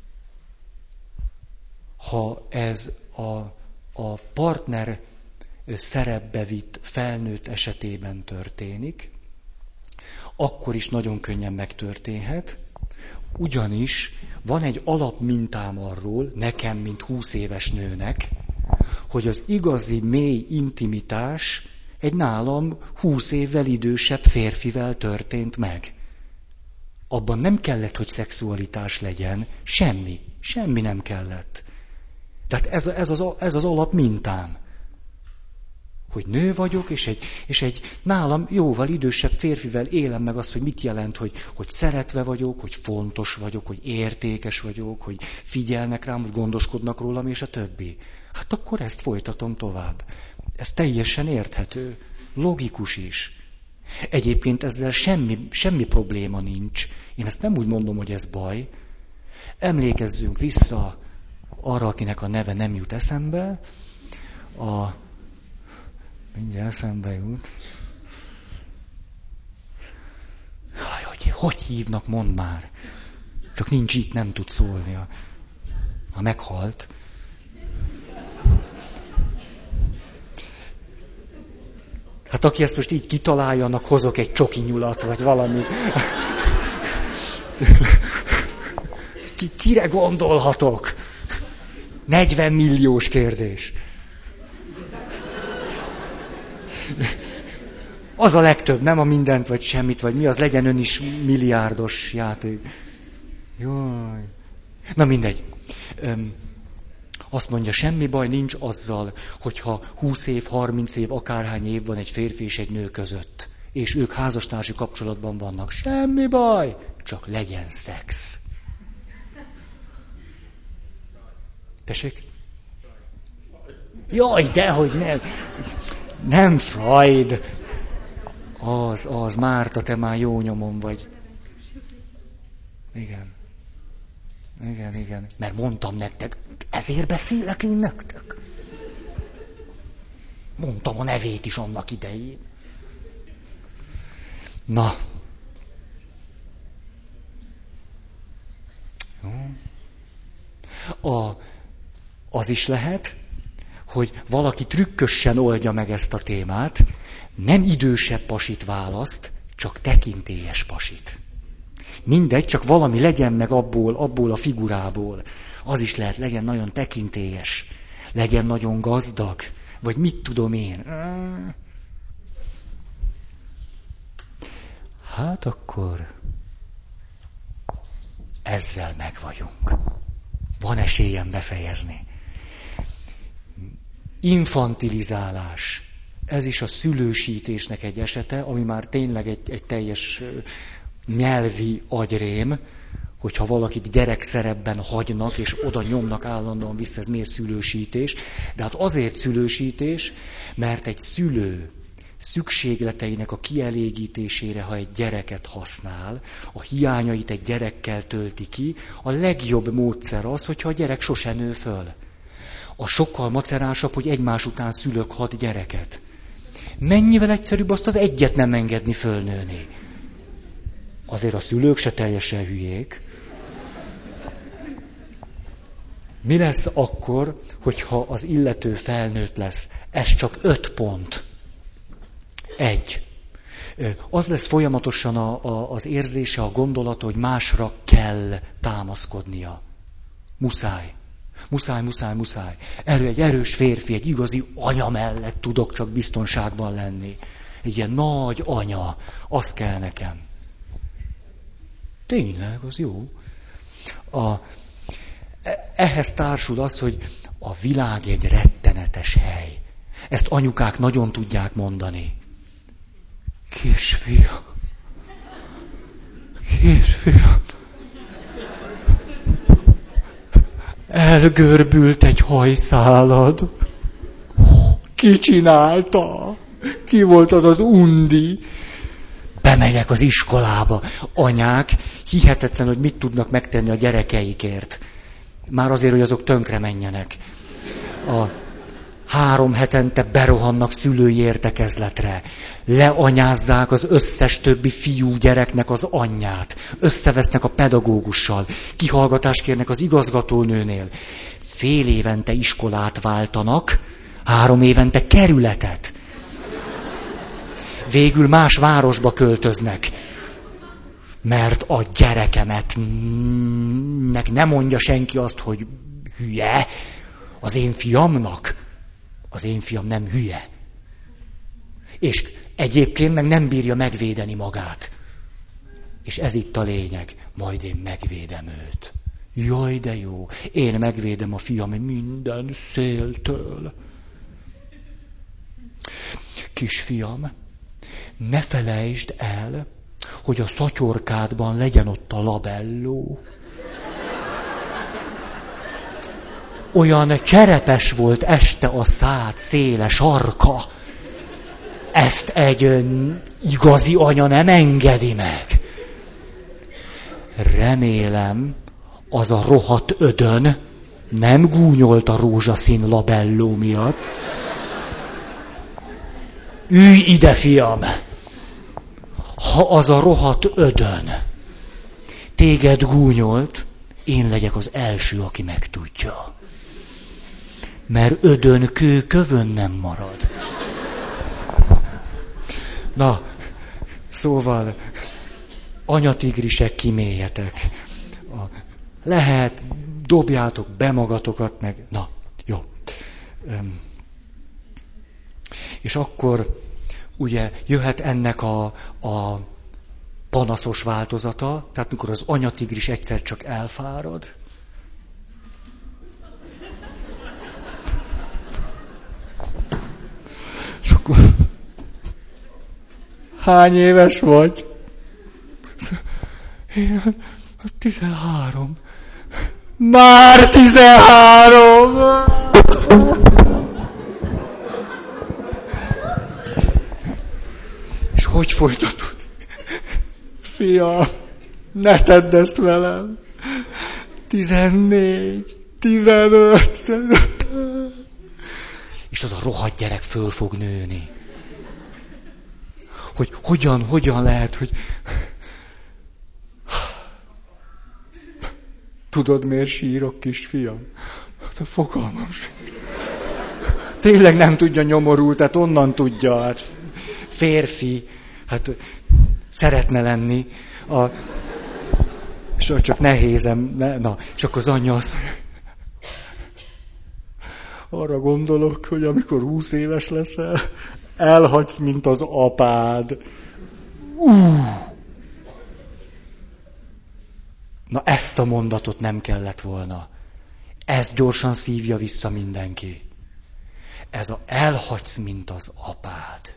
ha ez a, a partner szerepbe vitt felnőtt esetében történik, akkor is nagyon könnyen megtörténhet, ugyanis van egy alapmintám arról, nekem, mint húsz éves nőnek, hogy az igazi mély intimitás egy nálam húsz évvel idősebb férfivel történt meg. Abban nem kellett, hogy szexualitás legyen, semmi, semmi nem kellett. Tehát ez, ez, az, ez az alapmintám. Hogy nő vagyok, és egy, és egy nálam jóval idősebb férfivel élem meg azt, hogy mit jelent, hogy, hogy szeretve vagyok, hogy fontos vagyok, hogy értékes vagyok, hogy figyelnek rám, hogy gondoskodnak rólam, és a többi. Hát akkor ezt folytatom tovább. Ez teljesen érthető, logikus is. Egyébként ezzel semmi, semmi probléma nincs. Én ezt nem úgy mondom, hogy ez baj. Emlékezzünk vissza arra, akinek a neve nem jut eszembe, a mindjárt eszembe jut. Hogy, hogy hívnak, mondd már. Csak nincs itt, nem tud szólni. Ha meghalt. Hát aki ezt most így kitalálja, annak hozok egy csoki nyulat, vagy valami. Ki, kire gondolhatok? negyven milliós kérdés. Az a legtöbb, nem a mindent, vagy semmit, vagy mi az, legyen ön is milliárdos játék. Jaj. Na mindegy. Öm, azt mondja, semmi baj nincs azzal, hogyha húsz év, harminc év, akárhány év van egy férfi és egy nő között, és ők házastársi kapcsolatban vannak. Semmi baj, csak legyen szex. Tessék? Jaj, dehogy nem. Nem Freud. Az, az, Márta, te már jó nyomon vagy. Igen. Igen, igen. Mert mondtam nektek, ezért beszélek én nektek. Mondtam a nevét is annak idején. Na. A, az is lehet, hogy valaki trükkösen oldja meg ezt a témát, nem idősebb pasit választ, csak tekintélyes pasit. Mindegy, csak valami legyen meg abból, abból a figurából. Az is lehet, legyen nagyon tekintélyes, legyen nagyon gazdag, vagy mit tudom én. Hát akkor ezzel meg vagyunk. Van esélyem befejezni. Infantilizálás. Ez is a szülősítésnek egy esete, ami már tényleg egy, egy teljes nyelvi agyrém, hogyha valakit gyerekszerepben hagynak, és oda nyomnak állandóan vissza, ez miért szülősítés. De hát azért szülősítés, mert egy szülő szükségleteinek a kielégítésére, ha egy gyereket használ, a hiányait egy gyerekkel tölti ki, a legjobb módszer az, hogyha a gyerek sose nő föl. A sokkal macerásabb, hogy egymás után szülök hat gyereket. Mennyivel egyszerűbb azt az egyet nem engedni fölnőni. Azért a szülők se teljesen hülyék. Mi lesz akkor, hogyha az illető felnőtt lesz? Ez csak öt pont. Egy. Az lesz folyamatosan a, a, az érzése, a gondolata, hogy másra kell támaszkodnia. Muszáj. Muszáj, muszáj, muszáj. Erő egy erős férfi, egy igazi anya mellett tudok csak biztonságban lenni. Egy ilyen nagy anya, az kell nekem. Tényleg, az jó. A, ehhez társul az, hogy a világ egy rettenetes hely. Ezt anyukák nagyon tudják mondani. Kisfiam, kisfiam, elgörbült egy hajszálad. Ki csinálta? Ki volt az az undi? Bemegyek az iskolába. Anyák hihetetlen, hogy mit tudnak megtenni a gyerekeikért. Már azért, hogy azok tönkre menjenek. A három hetente berohannak szülői értekezletre. Leanyázzák az összes többi fiú gyereknek az anyját. Összevesznek a pedagógussal. Kihallgatást kérnek az igazgatónőnél. Fél évente iskolát váltanak, három évente kerületet. Végül más városba költöznek. Mert a gyerekemet nek nem mondja senki azt, hogy hülye. Az én fiamnak. Az én fiam nem hülye. És egyébként meg nem bírja megvédeni magát. És ez itt a lényeg. Majd én megvédem őt. Jaj, de jó. Én megvédem a fiam minden széltől. Kisfiam, ne felejtsd el, hogy a szatyorkádban legyen ott a labelló. Olyan cserepes volt este a szád széle sarka. Ezt egy ön, igazi anya nem engedi meg. Remélem, az a rohadt ödön nem gúnyolt a rózsaszín labelló miatt. Ülj ide, fiam! Ha az a rohadt ödön téged gúnyolt, én legyek az első, aki megtudja. Mert ödön kő kövön nem marad. Na, szóval, anyatigrisek, kiméljetek. Lehet, dobjátok be magatokat, meg... Na, jó. Öm. És akkor ugye jöhet ennek a, a panaszos változata, tehát mikor az anyatigris egyszer csak elfárad. És akkor... Hány éves vagy? Én tizenhárom. Már tizenhárom! És hogy folytatod? Fiam, ne tedd ezt velem. Tizennégy, tizenöt. És az a rohadt gyerek föl fog nőni. Hogy hogyan, hogyan lehet, hogy... Tudod, miért sírok, kisfiam? Hát a fogalmam sem. Tényleg nem tudja nyomorul, tehát onnan tudja, hát férfi, hát szeretne lenni. A... És csak nehézem, ne, na, és akkor az anyja azt mondja, arra gondolok, hogy amikor húsz éves leszel, elhagysz, mint az apád. Uh. Na ezt a mondatot nem kellett volna. Ezt gyorsan szívja vissza mindenki. Ez a elhagysz, mint az apád.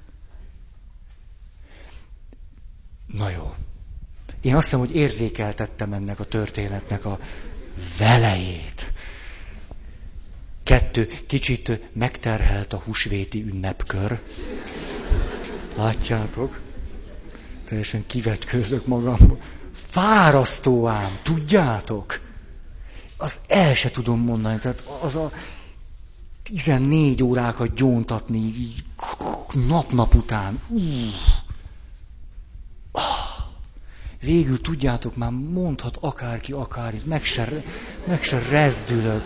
Na jó. Én azt hiszem, hogy érzékeltettem ennek a történetnek a velejét. Kettő, kicsit megterhelt a húsvéti ünnepkör. Látjátok? Teljesen kivetkőzök magamból. Fárasztó ám, tudjátok? Azt el se tudom mondani, tehát az a tizennégy órákat gyóntatni így nap-nap után. Végül tudjátok, már mondhat akárki akárki, meg se, meg se rezdülök.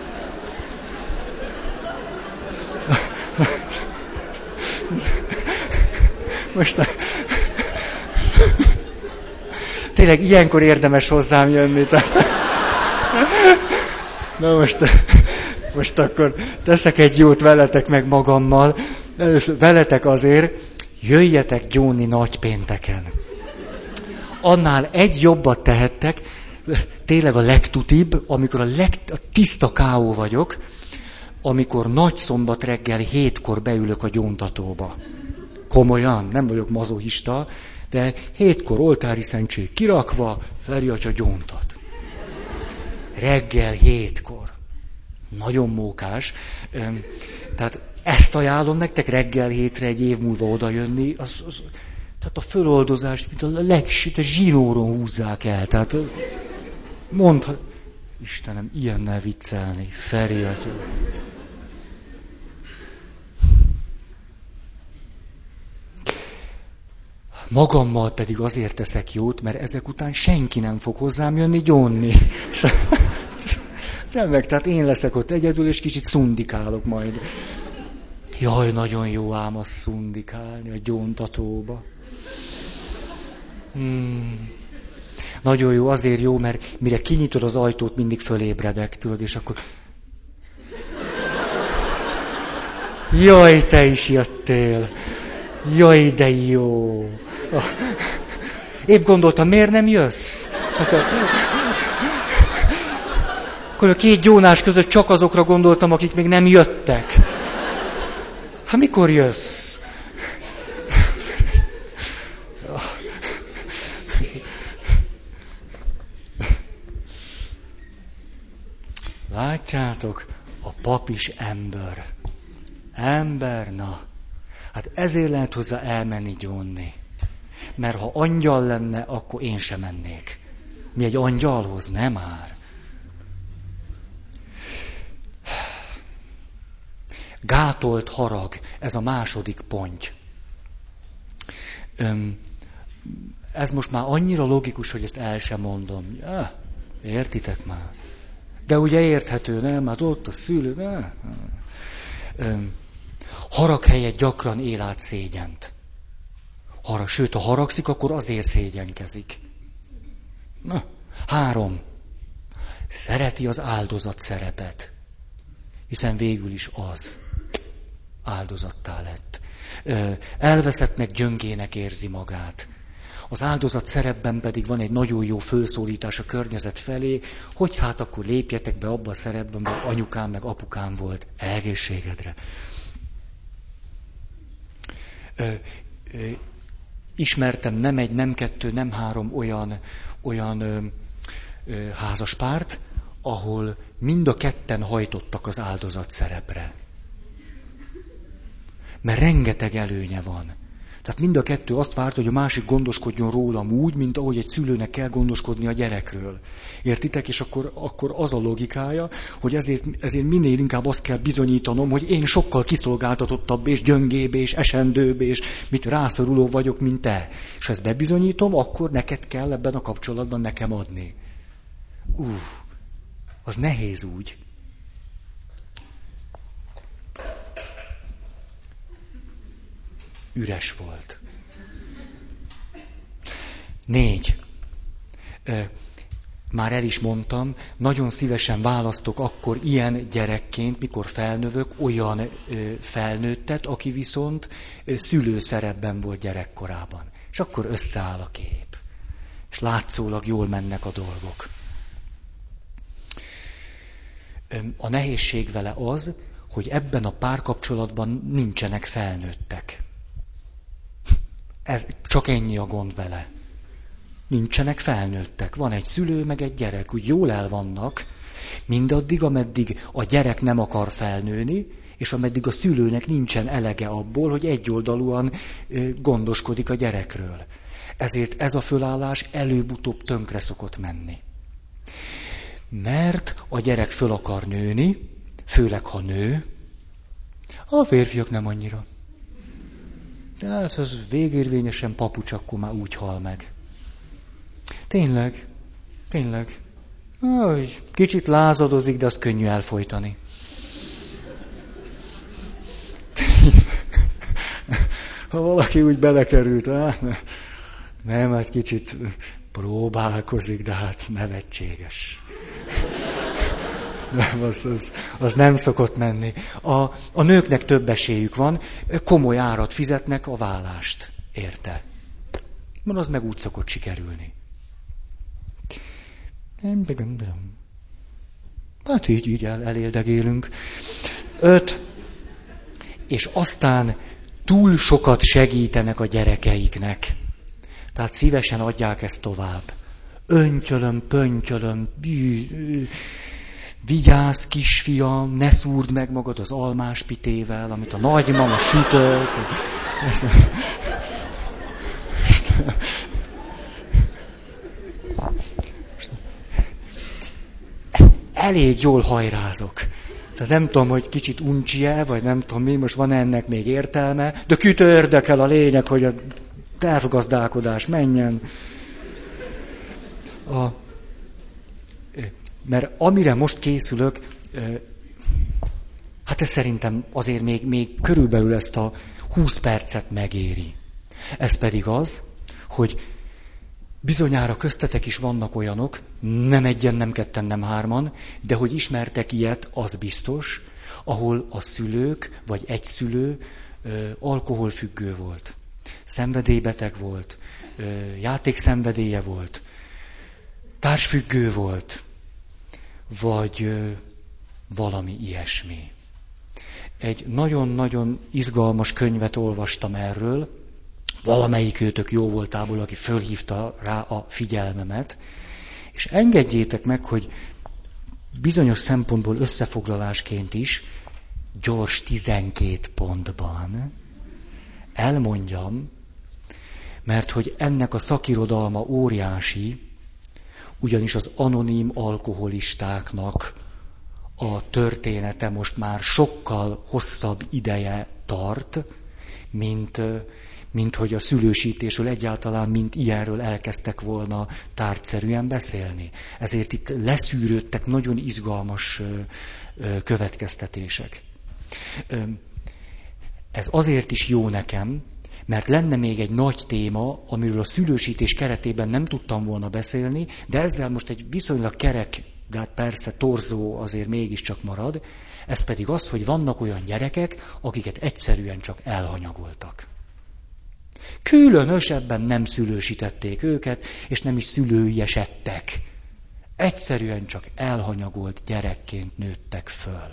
Most tényleg ilyenkor érdemes hozzám jönni. Tehát... Na most, most akkor teszek egy jót veletek meg magammal. Először veletek azért, jöjjetek gyónni nagypénteken. Annál egy jobbat tehettek, tényleg a legtutibb, amikor a, leg, a tiszta ká ó vagyok, amikor nagyszombat reggel hétkor beülök a gyóntatóba. Komolyan, nem vagyok mazochista, de hétkor oltári szentség kirakva, Feri atya gyóntat. Reggel hétkor. Nagyon mókás. Tehát ezt ajánlom nektek reggel hétre egy év múlva odajönni. Az, az, tehát a föloldozást, mint a legsüt, a zsinóron húzzák el. Tehát mondhat, Istenem, ilyennel viccelni. Feri atya. Magammal pedig azért teszek jót, mert ezek után senki nem fog hozzám jönni gyónni. Nem meg, tehát én leszek ott egyedül, és kicsit szundikálok majd. Jaj, nagyon jó ám azt szundikálni a gyóntatóba. Hmm. Nagyon jó, azért jó, mert mire kinyitod az ajtót, mindig fölébredek, tudod, és akkor... Jaj, te is jöttél! Jaj, de jó! Épp gondoltam, miért nem jössz? Hát a... Akkor a két gyónás között csak azokra gondoltam, akik még nem jöttek. Hát mikor jössz? Látjátok, a pap is ember. Ember, na. Hát ezért lehet hozzá elmenni gyónni. Mert ha angyal lenne, akkor én sem mennék. Mi egy angyalhoz, nem már. Gátolt harag, ez a második pont. Öm, ez most már annyira logikus, hogy ezt el sem mondom. Ja, értitek már? De ugye érthető, nem? Hát ott a szülő, ne? Harag helyett gyakran él át szégyent. Harag, sőt, ha haragszik, akkor azért szégyenkezik. Na, három. Szereti az áldozat szerepet. Hiszen végül is az áldozattá lett. Elveszettnek, gyöngének érzi magát. Az áldozat szerepben pedig van egy nagyon jó fölszólítás a környezet felé, hogy hát akkor lépjetek be abba a szerepben, mert anyukám meg apukám volt. Egészségedre. Ö, ö, ismertem nem egy, nem kettő, nem három olyan, olyan ö, ö, házaspárt, ahol mind a ketten hajtottak az áldozat szerepre. Mert rengeteg előnye van. Tehát mind a kettő azt várt, hogy a másik gondoskodjon rólam úgy, mint ahogy egy szülőnek kell gondoskodni a gyerekről. Értitek? És akkor, akkor az a logikája, hogy ezért, ezért minél inkább azt kell bizonyítanom, hogy én sokkal kiszolgáltatottabb, és gyöngébb, és esendőbb, és mit rászoruló vagyok, mint te. És ha ezt bebizonyítom, akkor neked kell ebben a kapcsolatban nekem adni. Uff, az nehéz úgy. Üres volt. Négy. Már el is mondtam, nagyon szívesen választok akkor ilyen gyerekként, mikor felnövök, olyan felnőttet, aki viszont szülőszerepben volt gyerekkorában. És akkor összeáll a kép. És látszólag jól mennek a dolgok. A nehézség vele az, hogy ebben a párkapcsolatban nincsenek felnőttek. Ez csak ennyi a gond vele. Nincsenek felnőttek. Van egy szülő, meg egy gyerek. Úgy jól el vannak, mindaddig, ameddig a gyerek nem akar felnőni, és ameddig a szülőnek nincsen elege abból, hogy egyoldalúan gondoskodik a gyerekről. Ezért ez a fölállás előbb-utóbb tönkre szokott menni. Mert a gyerek föl akar nőni, főleg ha nő, a férfiak nem annyira. Tehát az végérvényesen papucs, akkor már úgy hal meg. Tényleg, tényleg. Aj, kicsit lázadozik, de azt könnyű elfojtani. Ha valaki úgy belekerült, á, nem, hát kicsit próbálkozik, de hát nevetséges. Nem, az, az, az nem szokott menni. A, a nőknek több esélyük van, komoly árat fizetnek a vállást, érte. Mert az meg úgy szokott sikerülni. Nem, nem, nem. Hát így, így el, eléldegélünk. Öt. És aztán túl sokat segítenek a gyerekeiknek. Tehát szívesen adják ezt tovább. Öntyölöm, pöntyölöm, vigyázz, kisfiam, ne szúrd meg magad az almáspitével, amit a nagymama sütött. Elég jól hajrázok. Tehát nem tudom, hogy kicsit uncsi-e, vagy nem tudom mi, most van ennek még értelme, de kit érdekel a lényeg, hogy a tervgazdálkodás menjen. A, mert amire most készülök, hát ez szerintem azért még, még körülbelül ezt a húsz percet megéri. Ez pedig az, hogy bizonyára köztetek is vannak olyanok, nem egyen, nem ketten, nem hárman, de hogy ismertek ilyet, az biztos, ahol a szülők, vagy egy szülő ö, alkoholfüggő volt, szenvedélybeteg volt, ö, játékszenvedélye volt, társfüggő volt, vagy ö, valami ilyesmi. Egy nagyon-nagyon izgalmas könyvet olvastam erről, valamelyik őtök jó voltából, aki fölhívta rá a figyelmemet, és engedjétek meg, hogy bizonyos szempontból összefoglalásként is, gyors tizenkét pontban elmondjam, mert hogy ennek a szakirodalma óriási, ugyanis az anonim alkoholistáknak a története most már sokkal hosszabb ideje tart, mint, mint hogy a szülősítésről egyáltalán, mint ilyenről elkezdtek volna tárgyszerűen beszélni. Ezért itt leszűrődtek nagyon izgalmas következtetések. Ez azért is jó nekem, mert lenne még egy nagy téma, amiről a szülősítés keretében nem tudtam volna beszélni, de ezzel most egy viszonylag kerek, de hát persze torzó azért mégiscsak marad, ez pedig az, hogy vannak olyan gyerekek, akiket egyszerűen csak elhanyagoltak. Különösebben nem szülősítették őket, és nem is szülőiesedtek. Egyszerűen csak elhanyagolt gyerekként nőttek föl.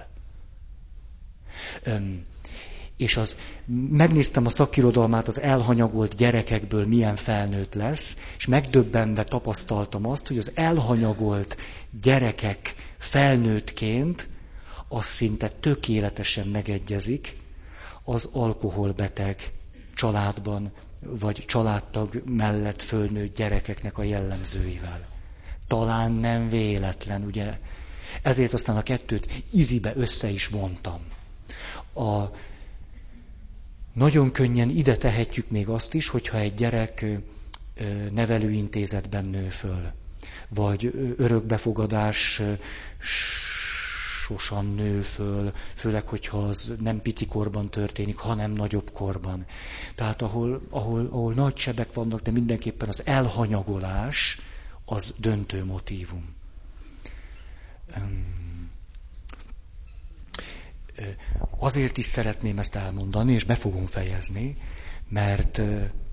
Öm, és az, megnéztem a szakirodalmát az elhanyagolt gyerekekből milyen felnőtt lesz, és megdöbbenve tapasztaltam azt, hogy az elhanyagolt gyerekek felnőttként az szinte tökéletesen megegyezik az alkoholbeteg családban, vagy családtag mellett fölnőtt gyerekeknek a jellemzőivel. Talán nem véletlen, ugye? Ezért aztán a kettőt izibe össze is vontam. A, nagyon könnyen ide tehetjük még azt is, hogyha egy gyerek nevelőintézetben nő föl, vagy örökbefogadás sosan nő föl, főleg, hogyha az nem pici korban történik, hanem nagyobb korban. Tehát ahol, ahol, ahol nagy sebek vannak, de mindenképpen az elhanyagolás az döntő motívum. Azért is szeretném ezt elmondani, és be fogom fejezni, mert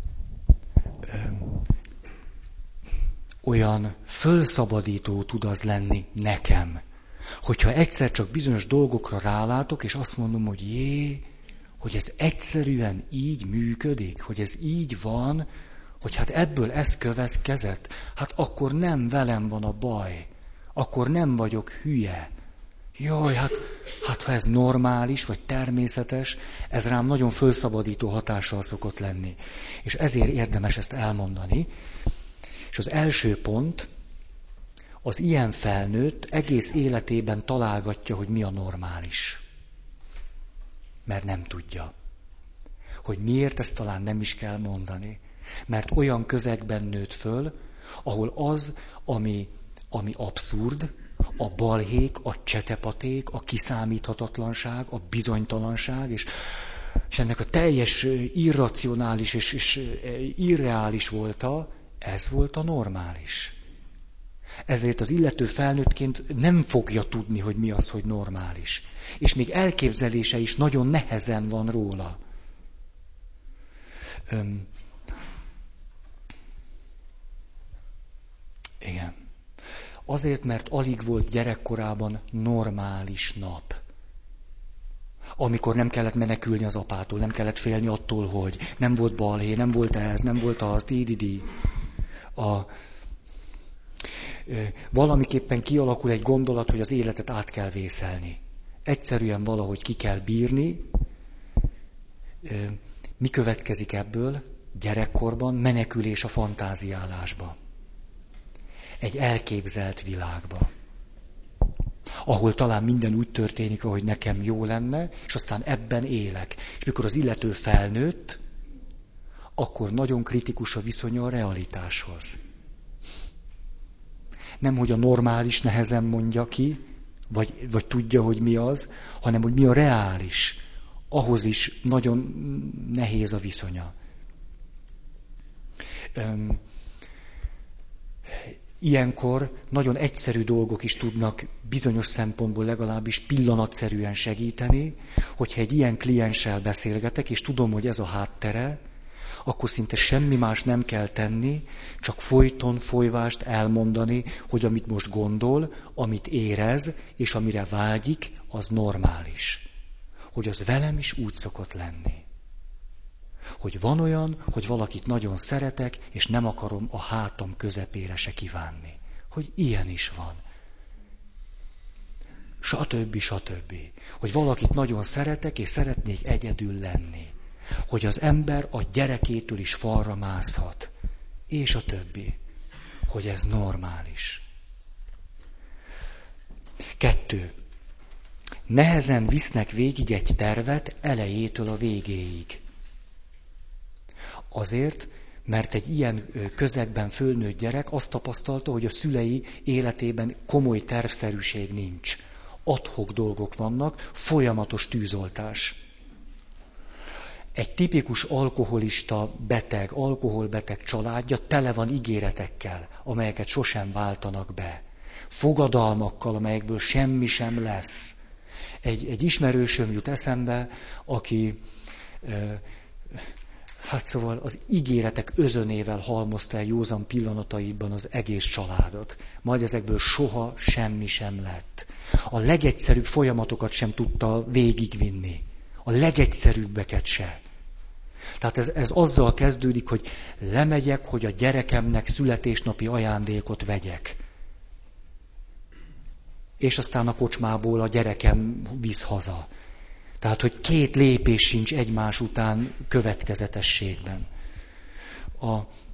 olyan fölszabadító tud az lenni nekem, hogyha egyszer csak bizonyos dolgokra rálátok, és azt mondom, hogy jé, hogy ez egyszerűen így működik, hogy ez így van, hogy hát ebből ez következett, hát akkor nem velem van a baj, akkor nem vagyok hülye. Jaj, hát, hát ha ez normális, vagy természetes, ez rám nagyon fölszabadító hatással szokott lenni. És ezért érdemes ezt elmondani. És az első pont, az ilyen felnőtt egész életében találgatja, hogy mi a normális. Mert nem tudja. Hogy miért, ezt talán nem is kell mondani. Mert olyan közegben nőtt föl, ahol az, ami, ami abszurd, a balhék, a csetepaték, a kiszámíthatatlanság, a bizonytalanság, és, és ennek a teljes irracionális és, és irreális volta, ez volt a normális. Ezért az illető felnőttként nem fogja tudni, hogy mi az, hogy normális. És még elképzelése is nagyon nehezen van róla. Öm. Igen. Azért, mert alig volt gyerekkorában normális nap. Amikor nem kellett menekülni az apától, nem kellett félni attól, hogy nem volt balhé, nem volt ez, nem volt az, di-di-di. A... Valamiképpen kialakul egy gondolat, hogy az életet át kell vészelni. Egyszerűen valahogy ki kell bírni. Mi következik ebből? Gyerekkorban menekülés a fantáziálásba. Egy elképzelt világba, ahol talán minden úgy történik, ahogy nekem jó lenne, és aztán ebben élek. És mikor az illető felnőtt, akkor nagyon kritikus a viszonya a realitáshoz. Nem, hogy a normális nehezen mondja ki, vagy, vagy tudja, hogy mi az, hanem, hogy mi a reális. Ahhoz is nagyon nehéz a viszonya. Öm, Ilyenkor nagyon egyszerű dolgok is tudnak bizonyos szempontból legalábbis pillanatszerűen segíteni, hogyha egy ilyen klienssel beszélgetek, és tudom, hogy ez a háttere, akkor szinte semmi más nem kell tenni, csak folyton folyvást elmondani, hogy amit most gondol, amit érez, és amire vágyik, az normális. Hogy az velem is úgy szokott lenni. Hogy van olyan, hogy valakit nagyon szeretek, és nem akarom a hátam közepére se kívánni. Hogy ilyen is van. Satöbbi, satöbbi. Hogy valakit nagyon szeretek, és szeretnék egyedül lenni. Hogy az ember a gyerekétől is falra mászhat. És a többi. Hogy ez normális. Kettő. Nehezen visznek végig egy tervet elejétől a végéig. Azért, mert egy ilyen közegben fölnőtt gyerek azt tapasztalta, hogy a szülei életében komoly tervszerűség nincs. Ad-hoc dolgok vannak, folyamatos tűzoltás. Egy tipikus alkoholista beteg, alkoholbeteg családja tele van ígéretekkel, amelyeket sosem váltanak be. Fogadalmakkal, amelyekből semmi sem lesz. Egy, egy ismerősöm jut eszembe, aki, e, hát szóval az ígéretek özönével halmozta el józan pillanataiban az egész családot. Majd ezekből soha semmi sem lett. A legegyszerűbb folyamatokat sem tudta végigvinni. A legegyszerűbbeket se. Tehát ez, ez azzal kezdődik, hogy lemegyek, hogy a gyerekemnek születésnapi ajándékot vegyek. És aztán a kocsmából a gyerekem visz haza. Tehát, hogy két lépés sincs egymás után következetességben. A...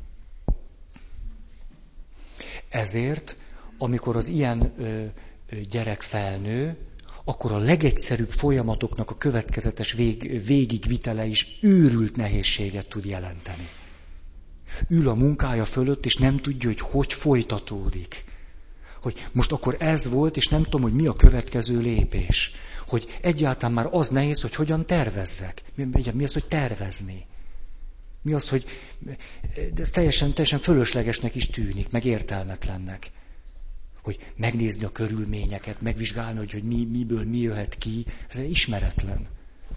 Ezért, amikor az ilyen ö, ö, gyerek felnő, akkor a legegyszerűbb folyamatoknak a következetes vég, végigvitele is őrült nehézséget tud jelenteni. Ül a munkája fölött, és nem tudja, hogy hogy folytatódik. Hogy most akkor ez volt, és nem tudom, hogy mi a következő lépés. Hogy egyáltalán már az nehéz, hogy hogyan tervezzek. Mi az, hogy tervezni? Mi az, hogy de ez teljesen, teljesen fölöslegesnek is tűnik, meg értelmetlennek. Hogy megnézni a körülményeket, megvizsgálni, hogy, hogy mi, miből mi jöhet ki, ez ismeretlen.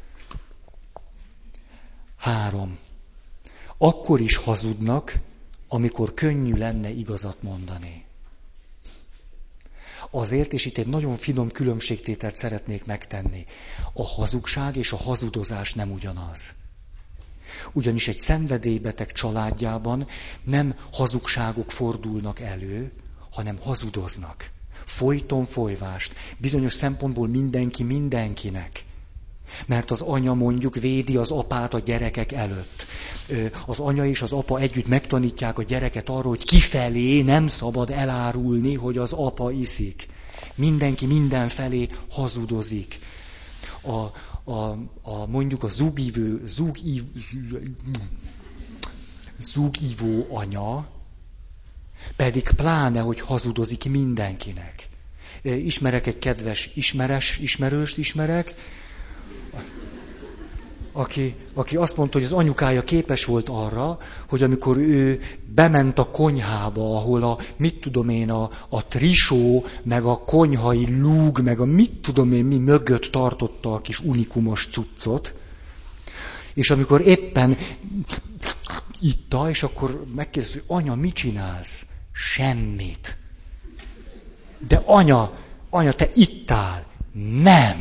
Három. Akkor is hazudnak, amikor könnyű lenne igazat mondani. Azért, és itt egy nagyon finom különbségtételt szeretnék megtenni. A hazugság és a hazudozás nem ugyanaz. Ugyanis egy szenvedélybeteg családjában nem hazugságok fordulnak elő, hanem hazudoznak. Folyton folyvást. Bizonyos szempontból mindenki mindenkinek. Mert az anya mondjuk védi az apát a gyerekek előtt. Az anya és az apa együtt megtanítják a gyereket arról, hogy kifelé nem szabad elárulni, hogy az apa iszik. Mindenki mindenfelé hazudozik. A, a, a, mondjuk a zugívő, zugív, zugívó anya pedig pláne, hogy hazudozik mindenkinek. Ismerek egy kedves ismeres, ismerőst ismerek, Aki, aki azt mondta, hogy az anyukája képes volt arra, hogy amikor ő bement a konyhába, ahol a, mit tudom én, a, a trisó, meg a konyhai lúg, meg a mit tudom én mi mögött tartotta a kis unikumos cuccot, és amikor éppen itta, és akkor megkérdezte, hogy anya, mit csinálsz? Semmit. De anya, anya, te ittál. Nem.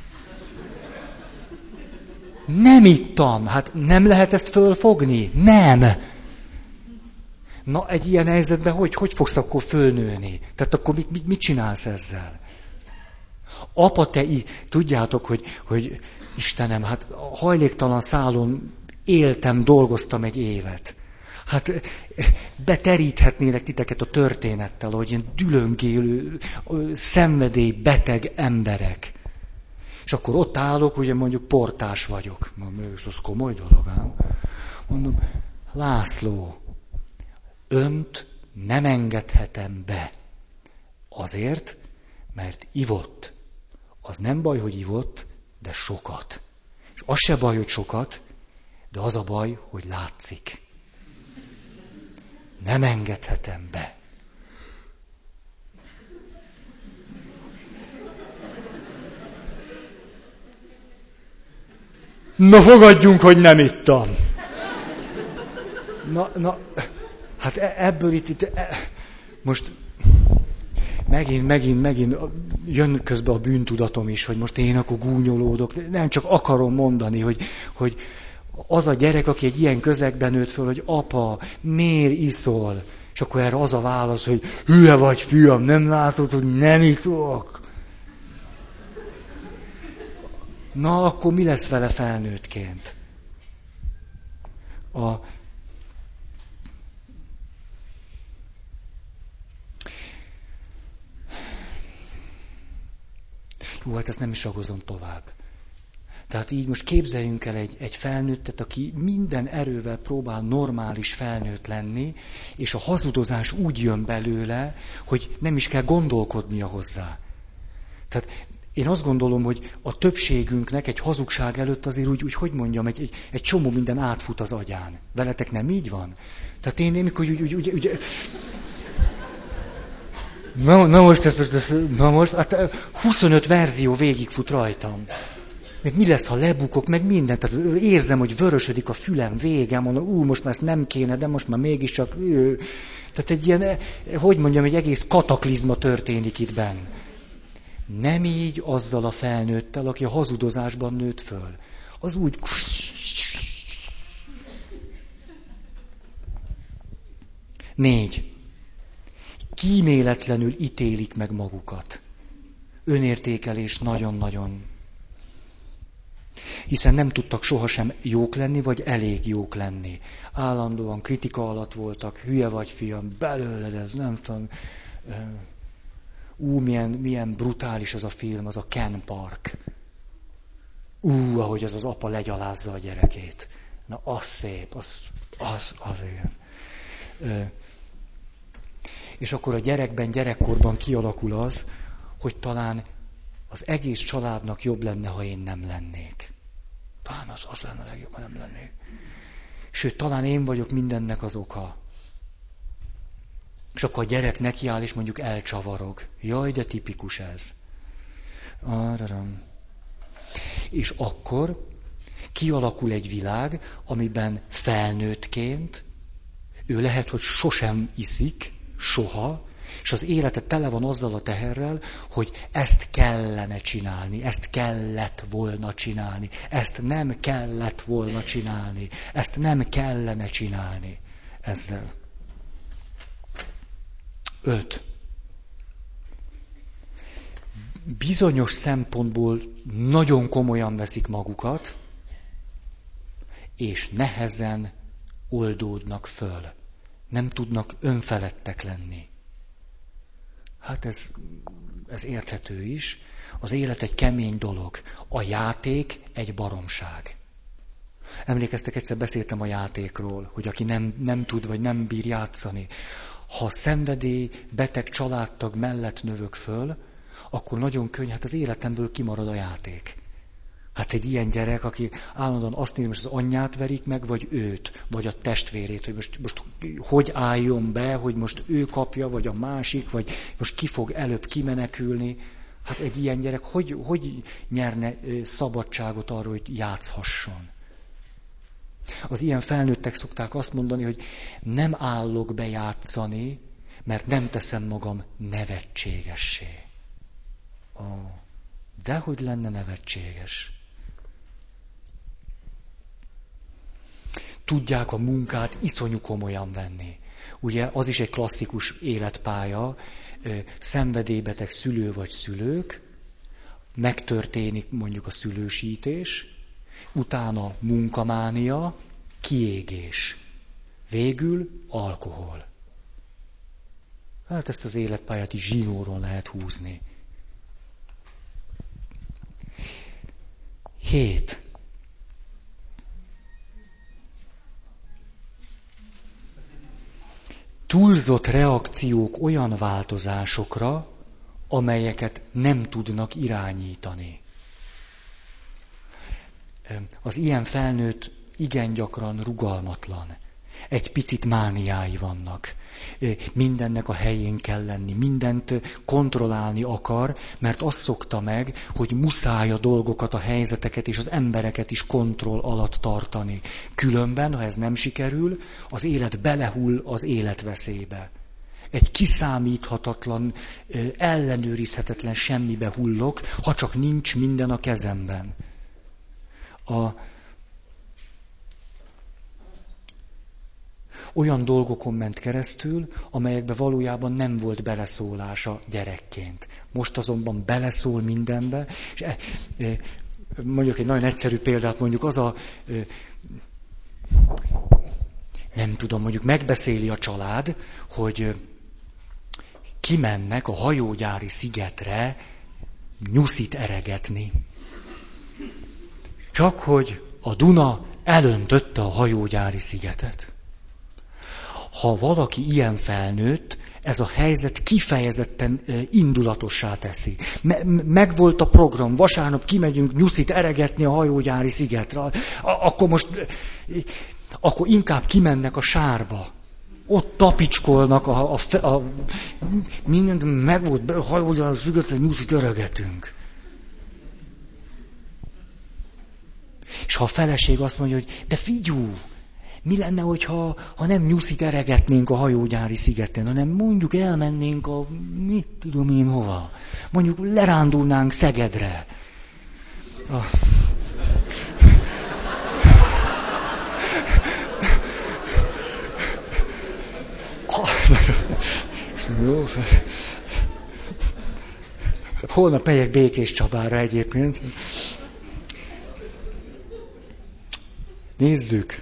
Nem ittam. Hát nem lehet ezt fölfogni? Nem. Na, egy ilyen helyzetben hogy, hogy fogsz akkor fölnőni? Tehát akkor mit, mit, mit csinálsz ezzel? Apa, te í- tudjátok, hogy, hogy Istenem, hát hajléktalan szálon éltem, dolgoztam egy évet. Hát beteríthetnének titeket a történettel, hogy ilyen dülöngélő, szenvedély, beteg emberek. És akkor ott állok, ugye mondjuk portás vagyok. Mondom, és az komoly dolog, ám. Mondom, László, önt nem engedhetem be. Azért, mert ivott. Az nem baj, hogy ivott, de sokat. És az se baj, hogy sokat, de az a baj, hogy látszik. Nem engedhetem be. Na fogadjunk, hogy nem ittam. Na, na, hát ebből itt, itt e, most megint, megint, megint jön közbe a bűntudatom is, hogy most én akkor gúnyolódok. Nem csak akarom mondani, hogy, hogy az a gyerek, aki egy ilyen közegben nőtt föl, hogy apa, miért iszol? És akkor erre az a válasz, hogy hülye vagy, fiam, nem látod, hogy nem iszok? Na, akkor mi lesz vele felnőttként? A... Jó, hát ezt nem is ragozom tovább. Tehát így most képzeljünk el egy, egy felnőttet, aki minden erővel próbál normális felnőtt lenni, és a hazudozás úgy jön belőle, hogy nem is kell gondolkodnia hozzá. Tehát én azt gondolom, hogy a többségünknek egy hazugság előtt azért úgy, úgy hogy mondjam, egy, egy, egy csomó minden átfut az agyán. Veletek nem így van? Tehát én, én mikor úgy, úgy, úgy, úgy na, na most, ez most, na most, hát huszonöt verzió végigfut rajtam. Meg mi lesz, ha lebukok, meg mindent. Tehát érzem, hogy vörösödik a fülem, végem, mondom, ú, most már ezt nem kéne, de most már mégiscsak... Ő. Tehát egy ilyen, hogy mondjam, egy egész kataklizma történik itt benn. Nem így azzal a felnőttel, aki a hazudozásban nőtt föl. Az úgy... Négy. Kíméletlenül ítélik meg magukat. Önértékelés nagyon-nagyon. Hiszen nem tudtak sohasem jók lenni, vagy elég jók lenni. Állandóan kritika alatt voltak, hülye vagy fiam, belőled ez, nem tudom. Ú, milyen, milyen brutális az a film, az a Ken Park. Ú, ahogy az az apa legyalázza a gyerekét. Na, az szép, az, az, az igen. És akkor a gyerekben, gyerekkorban kialakul az, hogy talán az egész családnak jobb lenne, ha én nem lennék. Talán az, az lenne a legjobb, ha nem lennék. Sőt, talán én vagyok mindennek az oka. És akkor a gyerek nekiáll, és mondjuk elcsavarog. Jaj, de tipikus ez. Araram. És akkor kialakul egy világ, amiben felnőttként ő lehet, hogy sosem iszik, soha, és az élete tele van azzal a teherrel, hogy ezt kellene csinálni, ezt kellett volna csinálni, ezt nem kellett volna csinálni, ezt nem kellene csinálni ezzel. Öt. Bizonyos szempontból nagyon komolyan veszik magukat, és nehezen oldódnak föl. Nem tudnak önfeledtek lenni. Hát ez, ez érthető is. Az élet egy kemény dolog. A játék egy baromság. Emlékeztek, egyszer beszéltem a játékról, hogy aki nem, nem tud vagy nem bír játszani. Ha szenvedély, beteg családtag mellett növök föl, akkor nagyon könnyű, hát az életemből kimarad a játék. Hát egy ilyen gyerek, aki állandóan azt nézi, most az anyját verik meg, vagy őt, vagy a testvérét, hogy most, most hogy álljon be, hogy most ő kapja, vagy a másik, vagy most ki fog előbb kimenekülni. Hát egy ilyen gyerek hogy, hogy nyerne szabadságot arról, hogy játszhasson? Az ilyen felnőttek szokták azt mondani, hogy nem állok be játszani, mert nem teszem magam nevetségessé. Ó, dehogy lenne nevetséges. Tudják a munkát iszonyú komolyan venni. Ugye az is egy klasszikus életpálya, szenvedélybeteg szülő vagy szülők, megtörténik mondjuk a szülősítés, utána munkamánia, kiégés, végül alkohol. Hát ezt az életpályát is zsinóron lehet húzni. Hét. Túlzott reakciók olyan változásokra, amelyeket nem tudnak irányítani. Az ilyen felnőtt igen gyakran rugalmatlan. Egy picit mániái vannak. Mindennek a helyén kell lenni, mindent kontrollálni akar, mert azt szokta meg, hogy muszáj a dolgokat, a helyzeteket és az embereket is kontroll alatt tartani. Különben, ha ez nem sikerül, az élet belehull az életveszélybe. Egy kiszámíthatatlan, ellenőrizhetetlen semmibe hullok, ha csak nincs minden a kezemben. A olyan dolgokon ment keresztül, amelyekbe valójában nem volt beleszólása gyerekként. Most azonban beleszól mindenbe, és e, e, mondjuk egy nagyon egyszerű példát, mondjuk az a, e, nem tudom, mondjuk megbeszéli a család, hogy kimennek a hajógyári szigetre nyuszit eregetni. Csak hogy a Duna elöntötte a hajógyári szigetet. Ha valaki ilyen felnőtt, ez a helyzet kifejezetten indulatossá teszi. Me- megvolt a program, vasárnap kimegyünk nyuszit eregetni a hajógyári szigetre. A- akkor most, akkor inkább kimennek a sárba. Ott tapicskolnak, a, a, a, mindent megvolt, a hajógyári szigetre nyuszit eregetünk. És ha a feleség azt mondja, hogy de figyú, mi lenne, hogyha ha nem nyuszit eregetnénk a hajógyári szigeten, hanem mondjuk elmennénk a, mit tudom én hova. Mondjuk lerándulnánk Szegedre. A... Holnap megyek Békéscsabára egyébként. Nézzük.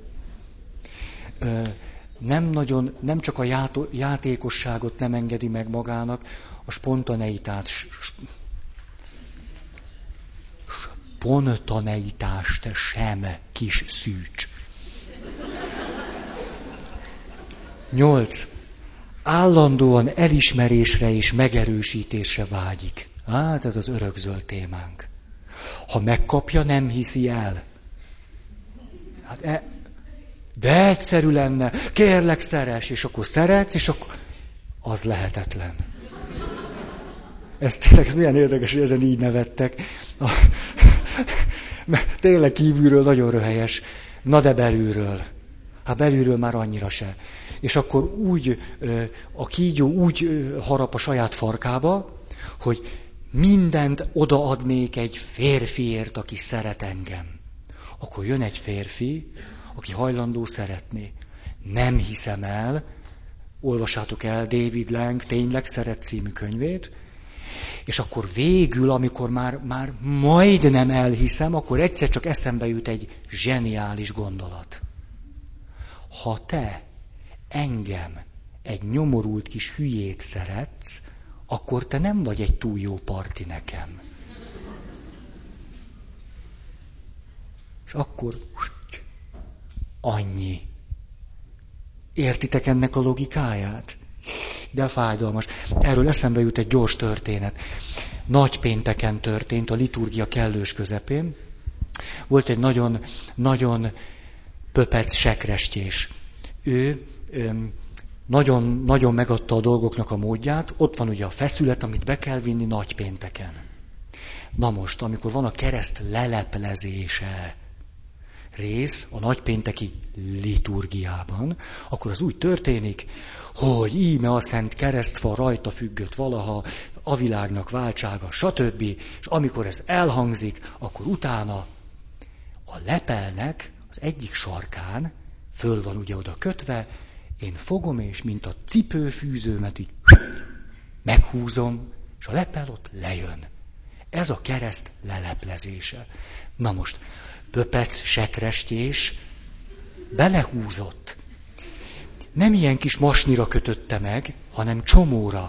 Nem nagyon, nem csak a játó, játékosságot nem engedi meg magának, a spontaneitást, spontaneitást sem, kis szűcs. Nyolc. Állandóan elismerésre és megerősítésre vágyik. Hát ez az örökzöld témánk. Ha megkapja, nem hiszi el. Hát e, de egyszerű lenne, kérlek szeress, és akkor szeretsz, és akkor az lehetetlen. Ez tényleg milyen érdekes, hogy ezen így nevettek. Mert tényleg kívülről nagyon röhelyes, na de belülről. Hát belülről már annyira se. És akkor úgy, a kígyó úgy harap a saját farkába, hogy mindent odaadnék egy férfiért, aki szeret engem. Akkor jön egy férfi, aki hajlandó szeretni. Nem hiszem el, olvassátok el David Lang Tényleg szeret című könyvét, és akkor végül, amikor már, már majdnem elhiszem, akkor egyszer csak eszembe jut egy zseniális gondolat. Ha te engem, egy nyomorult kis hülyét szeretsz, akkor te nem vagy egy túl jó parti nekem. És akkor annyi. Értitek ennek a logikáját? De fájdalmas. Erről eszembe jut egy gyors történet. Nagypénteken történt, a liturgia kellős közepén. Volt egy nagyon, nagyon pöpec sekrestyés. Ő öm, nagyon, nagyon megadta a dolgoknak a módját. Ott van ugye a feszület, amit be kell vinni nagypénteken. Na most, amikor van a kereszt leleplezése rész a nagypénteki liturgiában, akkor az úgy történik, hogy íme a szent keresztfa rajta függött valaha, a világnak váltsága, stb. És amikor ez elhangzik, akkor utána a lepelnek az egyik sarkán, föl van ugye oda kötve, én fogom, és mint a cipőfűzőmet így meghúzom, és a lepel ott lejön. Ez a kereszt leleplezése. Na most, pöpec sekrestyés belehúzott. Nem ilyen kis masnira kötötte meg, hanem csomóra.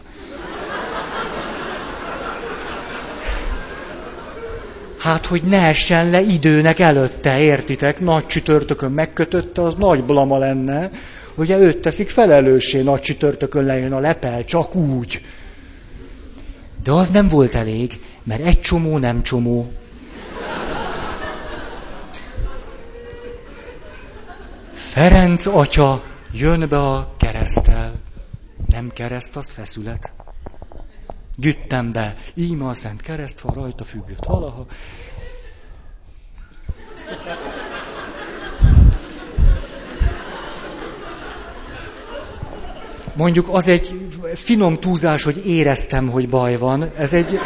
Hát, hogy ne essen le időnek előtte, értitek? Nagy csütörtökön megkötötte, az nagy blama lenne. Ugye őt teszik felelőssé, nagy csütörtökön lejön a lepel, csak úgy. De az nem volt elég, mert egy csomó nem csomó. Ferenc atya jön be a kereszttel. Nem kereszt, az feszület. Gyüttem be, íme a szent keresztfa, rajta függött valaha. Mondjuk az egy finom túlzás, hogy éreztem, hogy baj van. Ez egy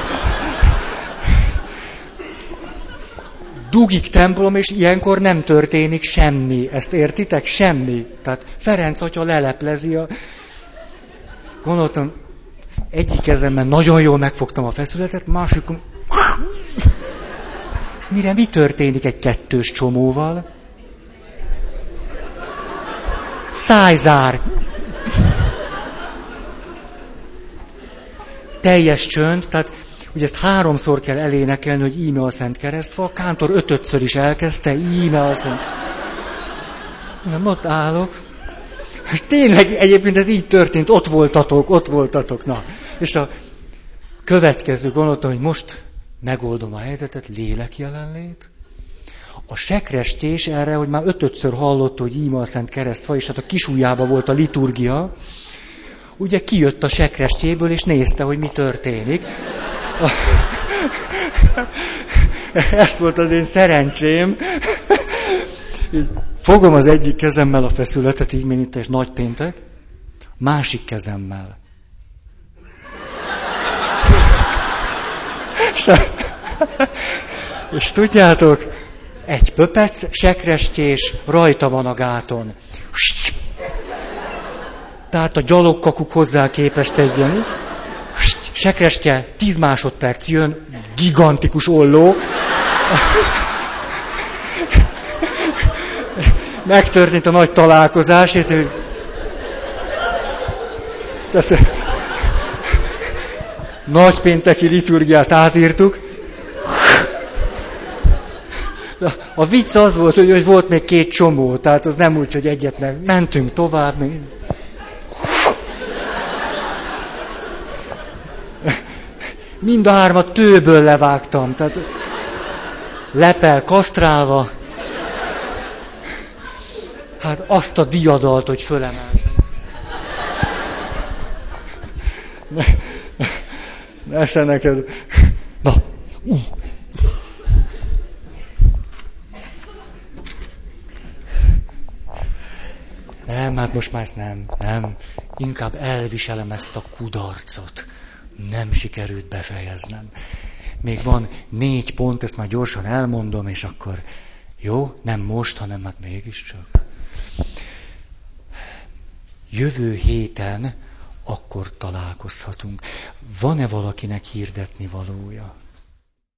dugik templom, és ilyenkor nem történik semmi. Ezt értitek? Semmi. Tehát Ferenc atya leleplezi a... Gondoltam, egyik kezemben nagyon jól megfogtam a feszületet, másikon... Mire mi történik egy kettős csomóval? Szájzár. Teljes csönd, tehát ugye ezt háromszor kell elénekelni, hogy íme a Szent Keresztfa, Kántor ötödször is elkezdte, íme a Szent... Nem, ott állok. És tényleg egyébként ez így történt, ott voltatok, ott voltatok, na. És a következő gondoltam, hogy most megoldom a helyzetet, lélek jelenlét. A sekrestés erre, hogy már ötödször hallotta, hogy íme a Szent Keresztfa, és hát a kisujjába volt a liturgia, ugye kijött a sekrestjéből, és nézte, hogy mi történik. Ez volt az én szerencsém. Így fogom az egyik kezemmel a feszületet, így mint egy nagy péntek, másik kezemmel. És, és tudjátok, egy pöpec, sekrestés, rajta van a gáton. Tehát a gyalogkakuk hozzá képest egy ilyen. Sekrestje, tíz másodperc jön, gigantikus olló. Megtörtént a nagy találkozás. Tehát, nagypénteki liturgiát átírtuk. A vicc az volt, hogy volt még két csomó, tehát az nem úgy, hogy egyet meg mentünk tovább. Mind a hármat tőből levágtam, tehát lepel kasztrálva. Hát azt a diadalt, hogy fölemeltem. Ne, nesze neked. Na. Uh. Nem, hát most már ezt nem, nem. Inkább elviselem ezt a kudarcot. Nem sikerült befejeznem. Még van négy pont, ezt már gyorsan elmondom, és akkor jó, nem most, hanem hát mégiscsak. Jövő héten akkor találkozhatunk. Van-e valakinek hirdetni valója?